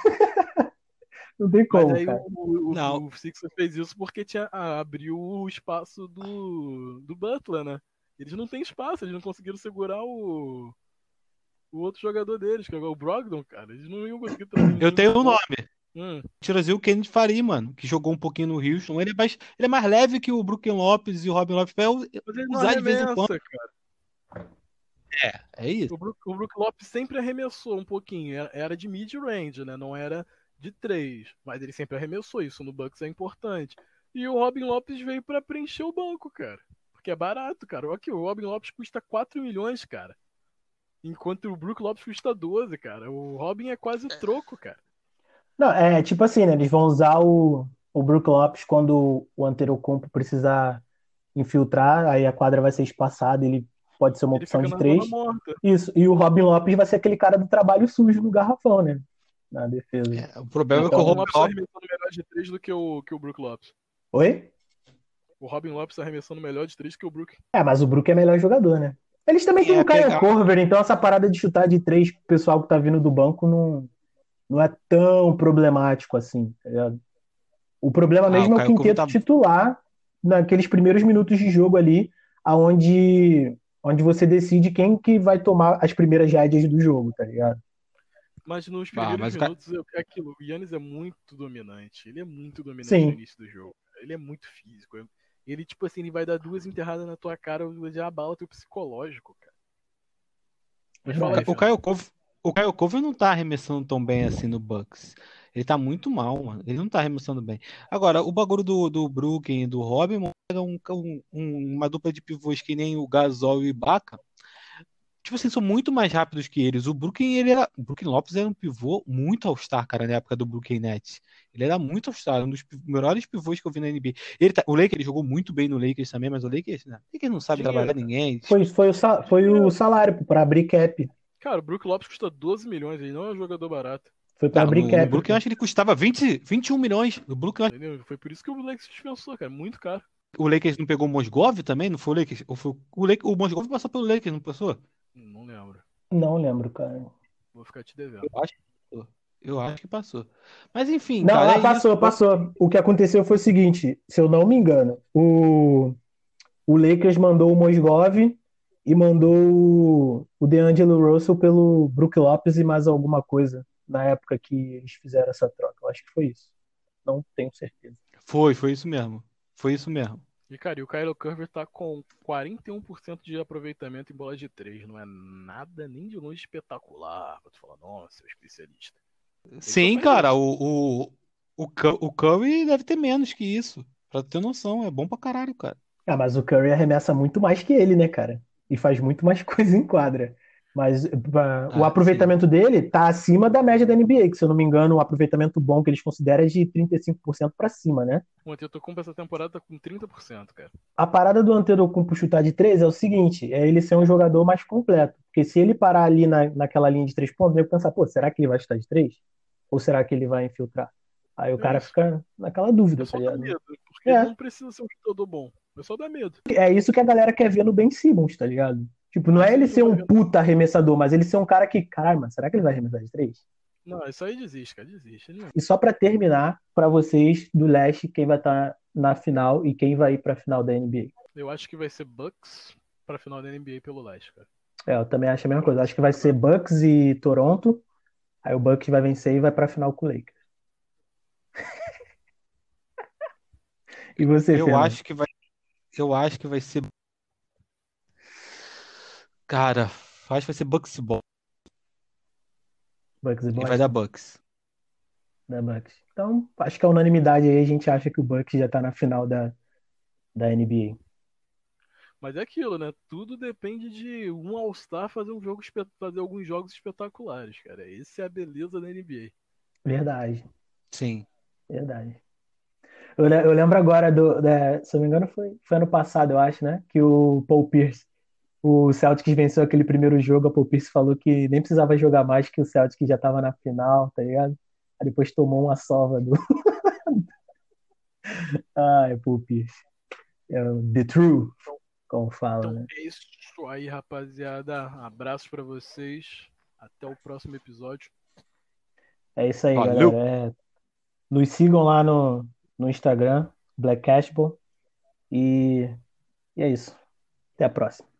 Não tem mas como, aí o, cara. o, Não, o Sixers fez isso porque tinha, ah, abriu o espaço do, do Butler, né? Eles não têm espaço, eles não conseguiram segurar o, o outro jogador deles, que é o Brogdon, cara. Eles não iam conseguir trazer um eu time tenho um bom. nome. Hum, Trazer o Kennedy Faria, mano, que jogou um pouquinho no Houston. Ele é mais, ele é mais leve que o Brooklyn Lopes e o Robin Lopes. Vai mas ele não usar de vez em quando. arremessa, cara. É, é isso. O Brook, o Brook Lopes sempre arremessou um pouquinho. Era, era de mid-range, né? Não era de três. Mas ele sempre arremessou. Isso no Bucks é importante. E o Robin Lopes veio pra preencher o banco, cara. Porque é barato, cara. Aqui, o Robin Lopes custa quatro milhões, cara. Enquanto o Brook Lopes custa doze, cara. O Robin é quase o troco, cara. Não, é tipo assim, né? Eles vão usar o, o Brook Lopes quando o Antetokounmpo precisar infiltrar, aí a quadra vai ser espaçada, ele pode ser uma Ele opção fica de na zona três. morta. Isso. E o Robin Lopes vai ser aquele cara do trabalho sujo no garrafão, né? Na defesa. É, o problema Não, é que o o Robin Então. Robin Lopes tá Lopes. arremessando melhor de três do que o, que o Brook Lopes. Oi? O Robin Lopes tá arremessando melhor de três que o Brook. É, mas o Brook é melhor jogador, né? Eles também têm É o Kyle pegar. Korver, então essa parada de chutar de três pro pessoal que tá vindo do banco não, não é tão problemático assim, tá ligado? O problema Ah, o mesmo é o Caio Couve quinteto tá. titular naqueles primeiros minutos de jogo ali, aonde onde você decide quem que vai tomar as primeiras rédeas do jogo, tá ligado? Mas nos Ah, primeiros mas o Caio. minutos é aquilo. O Yannis é muito dominante. Ele é muito dominante no Sim. início do jogo. Ele é muito físico. Ele, tipo assim, ele vai dar duas enterradas na tua cara, já abala teu psicológico, cara. Mas fala aí, O Fernando. Caio Couve. O Caio Couve não tá arremessando tão bem assim no Bucks. Ele tá muito mal, mano. Ele não tá arremessando bem. Agora, o bagulho do, do Brooklyn e do Robin mano, era um, um- um- uma dupla de pivôs que nem o Gasol e o Ibaka. Tipo assim, são muito mais rápidos que eles. O Brooklyn, ele era. O Brooklyn Lopes era um pivô muito all-star, cara, na época do Brooklyn Nets. Ele era muito all-star, um dos pi- melhores pivôs que eu vi na N B A. Ele tá- o Lakers jogou muito bem no Lakers também, mas o Lakers, né? O Lakers não sabe Dinheiro, trabalhar cara. ninguém. Foi, foi, o, sa- foi o Dinheiro. salário pô, pra abrir cap. Cara, o Brook Lopes custa doze milhões, ele não é um jogador barato. Foi pra Não, abrir no, no cap, Brooklyn eu pô. acho que ele custava vinte, vinte e um milhões. No Brooklyn, eu acho Entendeu? Foi por isso que o Lakers dispensou, cara. Muito caro. que o Lakers não pegou o Mozgov também? Não foi o Lakers? Ou foi o, Lakers, o Mozgov passou pelo Lakers, não passou? Não lembro. Não lembro, cara. Vou ficar te devendo. Eu acho que passou. Eu acho que passou. Mas enfim, Não, cara, ah, é isso. passou, passou. O que aconteceu foi o seguinte, se eu não me engano, o, o Lakers mandou o Mozgov e mandou o, o DeAngelo Russell pelo Brook Lopes e mais alguma coisa na época que eles fizeram essa troca. Eu acho que foi isso. Não tenho certeza. Foi, foi isso mesmo. Foi isso mesmo. E, cara, e o Kyle Curver tá com quarenta e um por cento de aproveitamento em bola de três. Não é nada nem de longe espetacular. Pra tu falar, nossa, é um especialista. Ele só Sim, faz cara, isso. o, o, o, Cu- o Curry deve ter menos que isso. Pra ter noção, é bom pra caralho, cara. Ah, mas o Curry arremessa muito mais que ele, né, cara? E faz muito mais coisa em quadra. Mas ah, o Ah, sim. aproveitamento dele tá acima da média da N B A, que se eu não me engano, o aproveitamento bom que eles consideram é de trinta e cinco por cento para cima, né? O Antetokounmpo essa temporada tá com trinta por cento, cara. A parada do Antetokounmpo chutar de três é o seguinte, é ele ser um jogador mais completo. Porque se ele parar ali na, naquela linha de três pontos, eu pensar, pô, será que ele vai chutar de três? Ou será que ele vai infiltrar? Aí o É cara isso. fica naquela É dúvida, tá só dar ligado? medo. Porque ele É, não precisa ser um chutador bom. É só dar medo. é isso que a galera quer ver no Ben Simmons, tá ligado? Tipo, não Mas é a ele gente não ser vai um ver. puta arremessador, mas ele ser um cara que, caralho, mano, será que ele vai arremessar de três? Não, isso aí desiste, cara. Desiste. Ele não... E só pra terminar, pra vocês do leste, quem vai estar na final e quem vai ir pra final da N B Eu acho que vai ser Bucks pra final da N B A pelo leste, cara. A. É, eu também acho a mesma coisa. Acho que vai ser Bucks e Toronto Aí o Bucks vai vencer e vai pra final com o Lakers. E você, Eu Fernando? acho que vai, eu acho que vai ser, cara, acho que vai ser Bucks e Boston Bucks e e vai dar Boston? Bucks. Da Bucks. Então, acho que a unanimidade aí, a gente acha que o Bucks já tá na final da, da N B A. Mas é aquilo, né? Tudo depende de um All-Star fazer um jogo, espe- fazer alguns jogos espetaculares, cara. Essa é a beleza da N B Verdade, Sim. verdade. Eu, le- eu lembro agora do, da- se eu não me engano, foi, foi ano passado, eu acho, né? Que o Paul Pierce, o Celtics venceu aquele primeiro jogo, a Paul Pierce falou que nem precisava jogar mais, que o Celtics já tava na final, tá ligado? Aí depois tomou uma sova do. Ai, Paul Pierce. É o The True, A. como fala, Então né? é isso aí, rapaziada. Abraço pra vocês. Até o próximo episódio. É isso aí, Valeu! galera. É, nos sigam lá no, no Instagram, Black Cashball. E, e é isso. Até a próxima.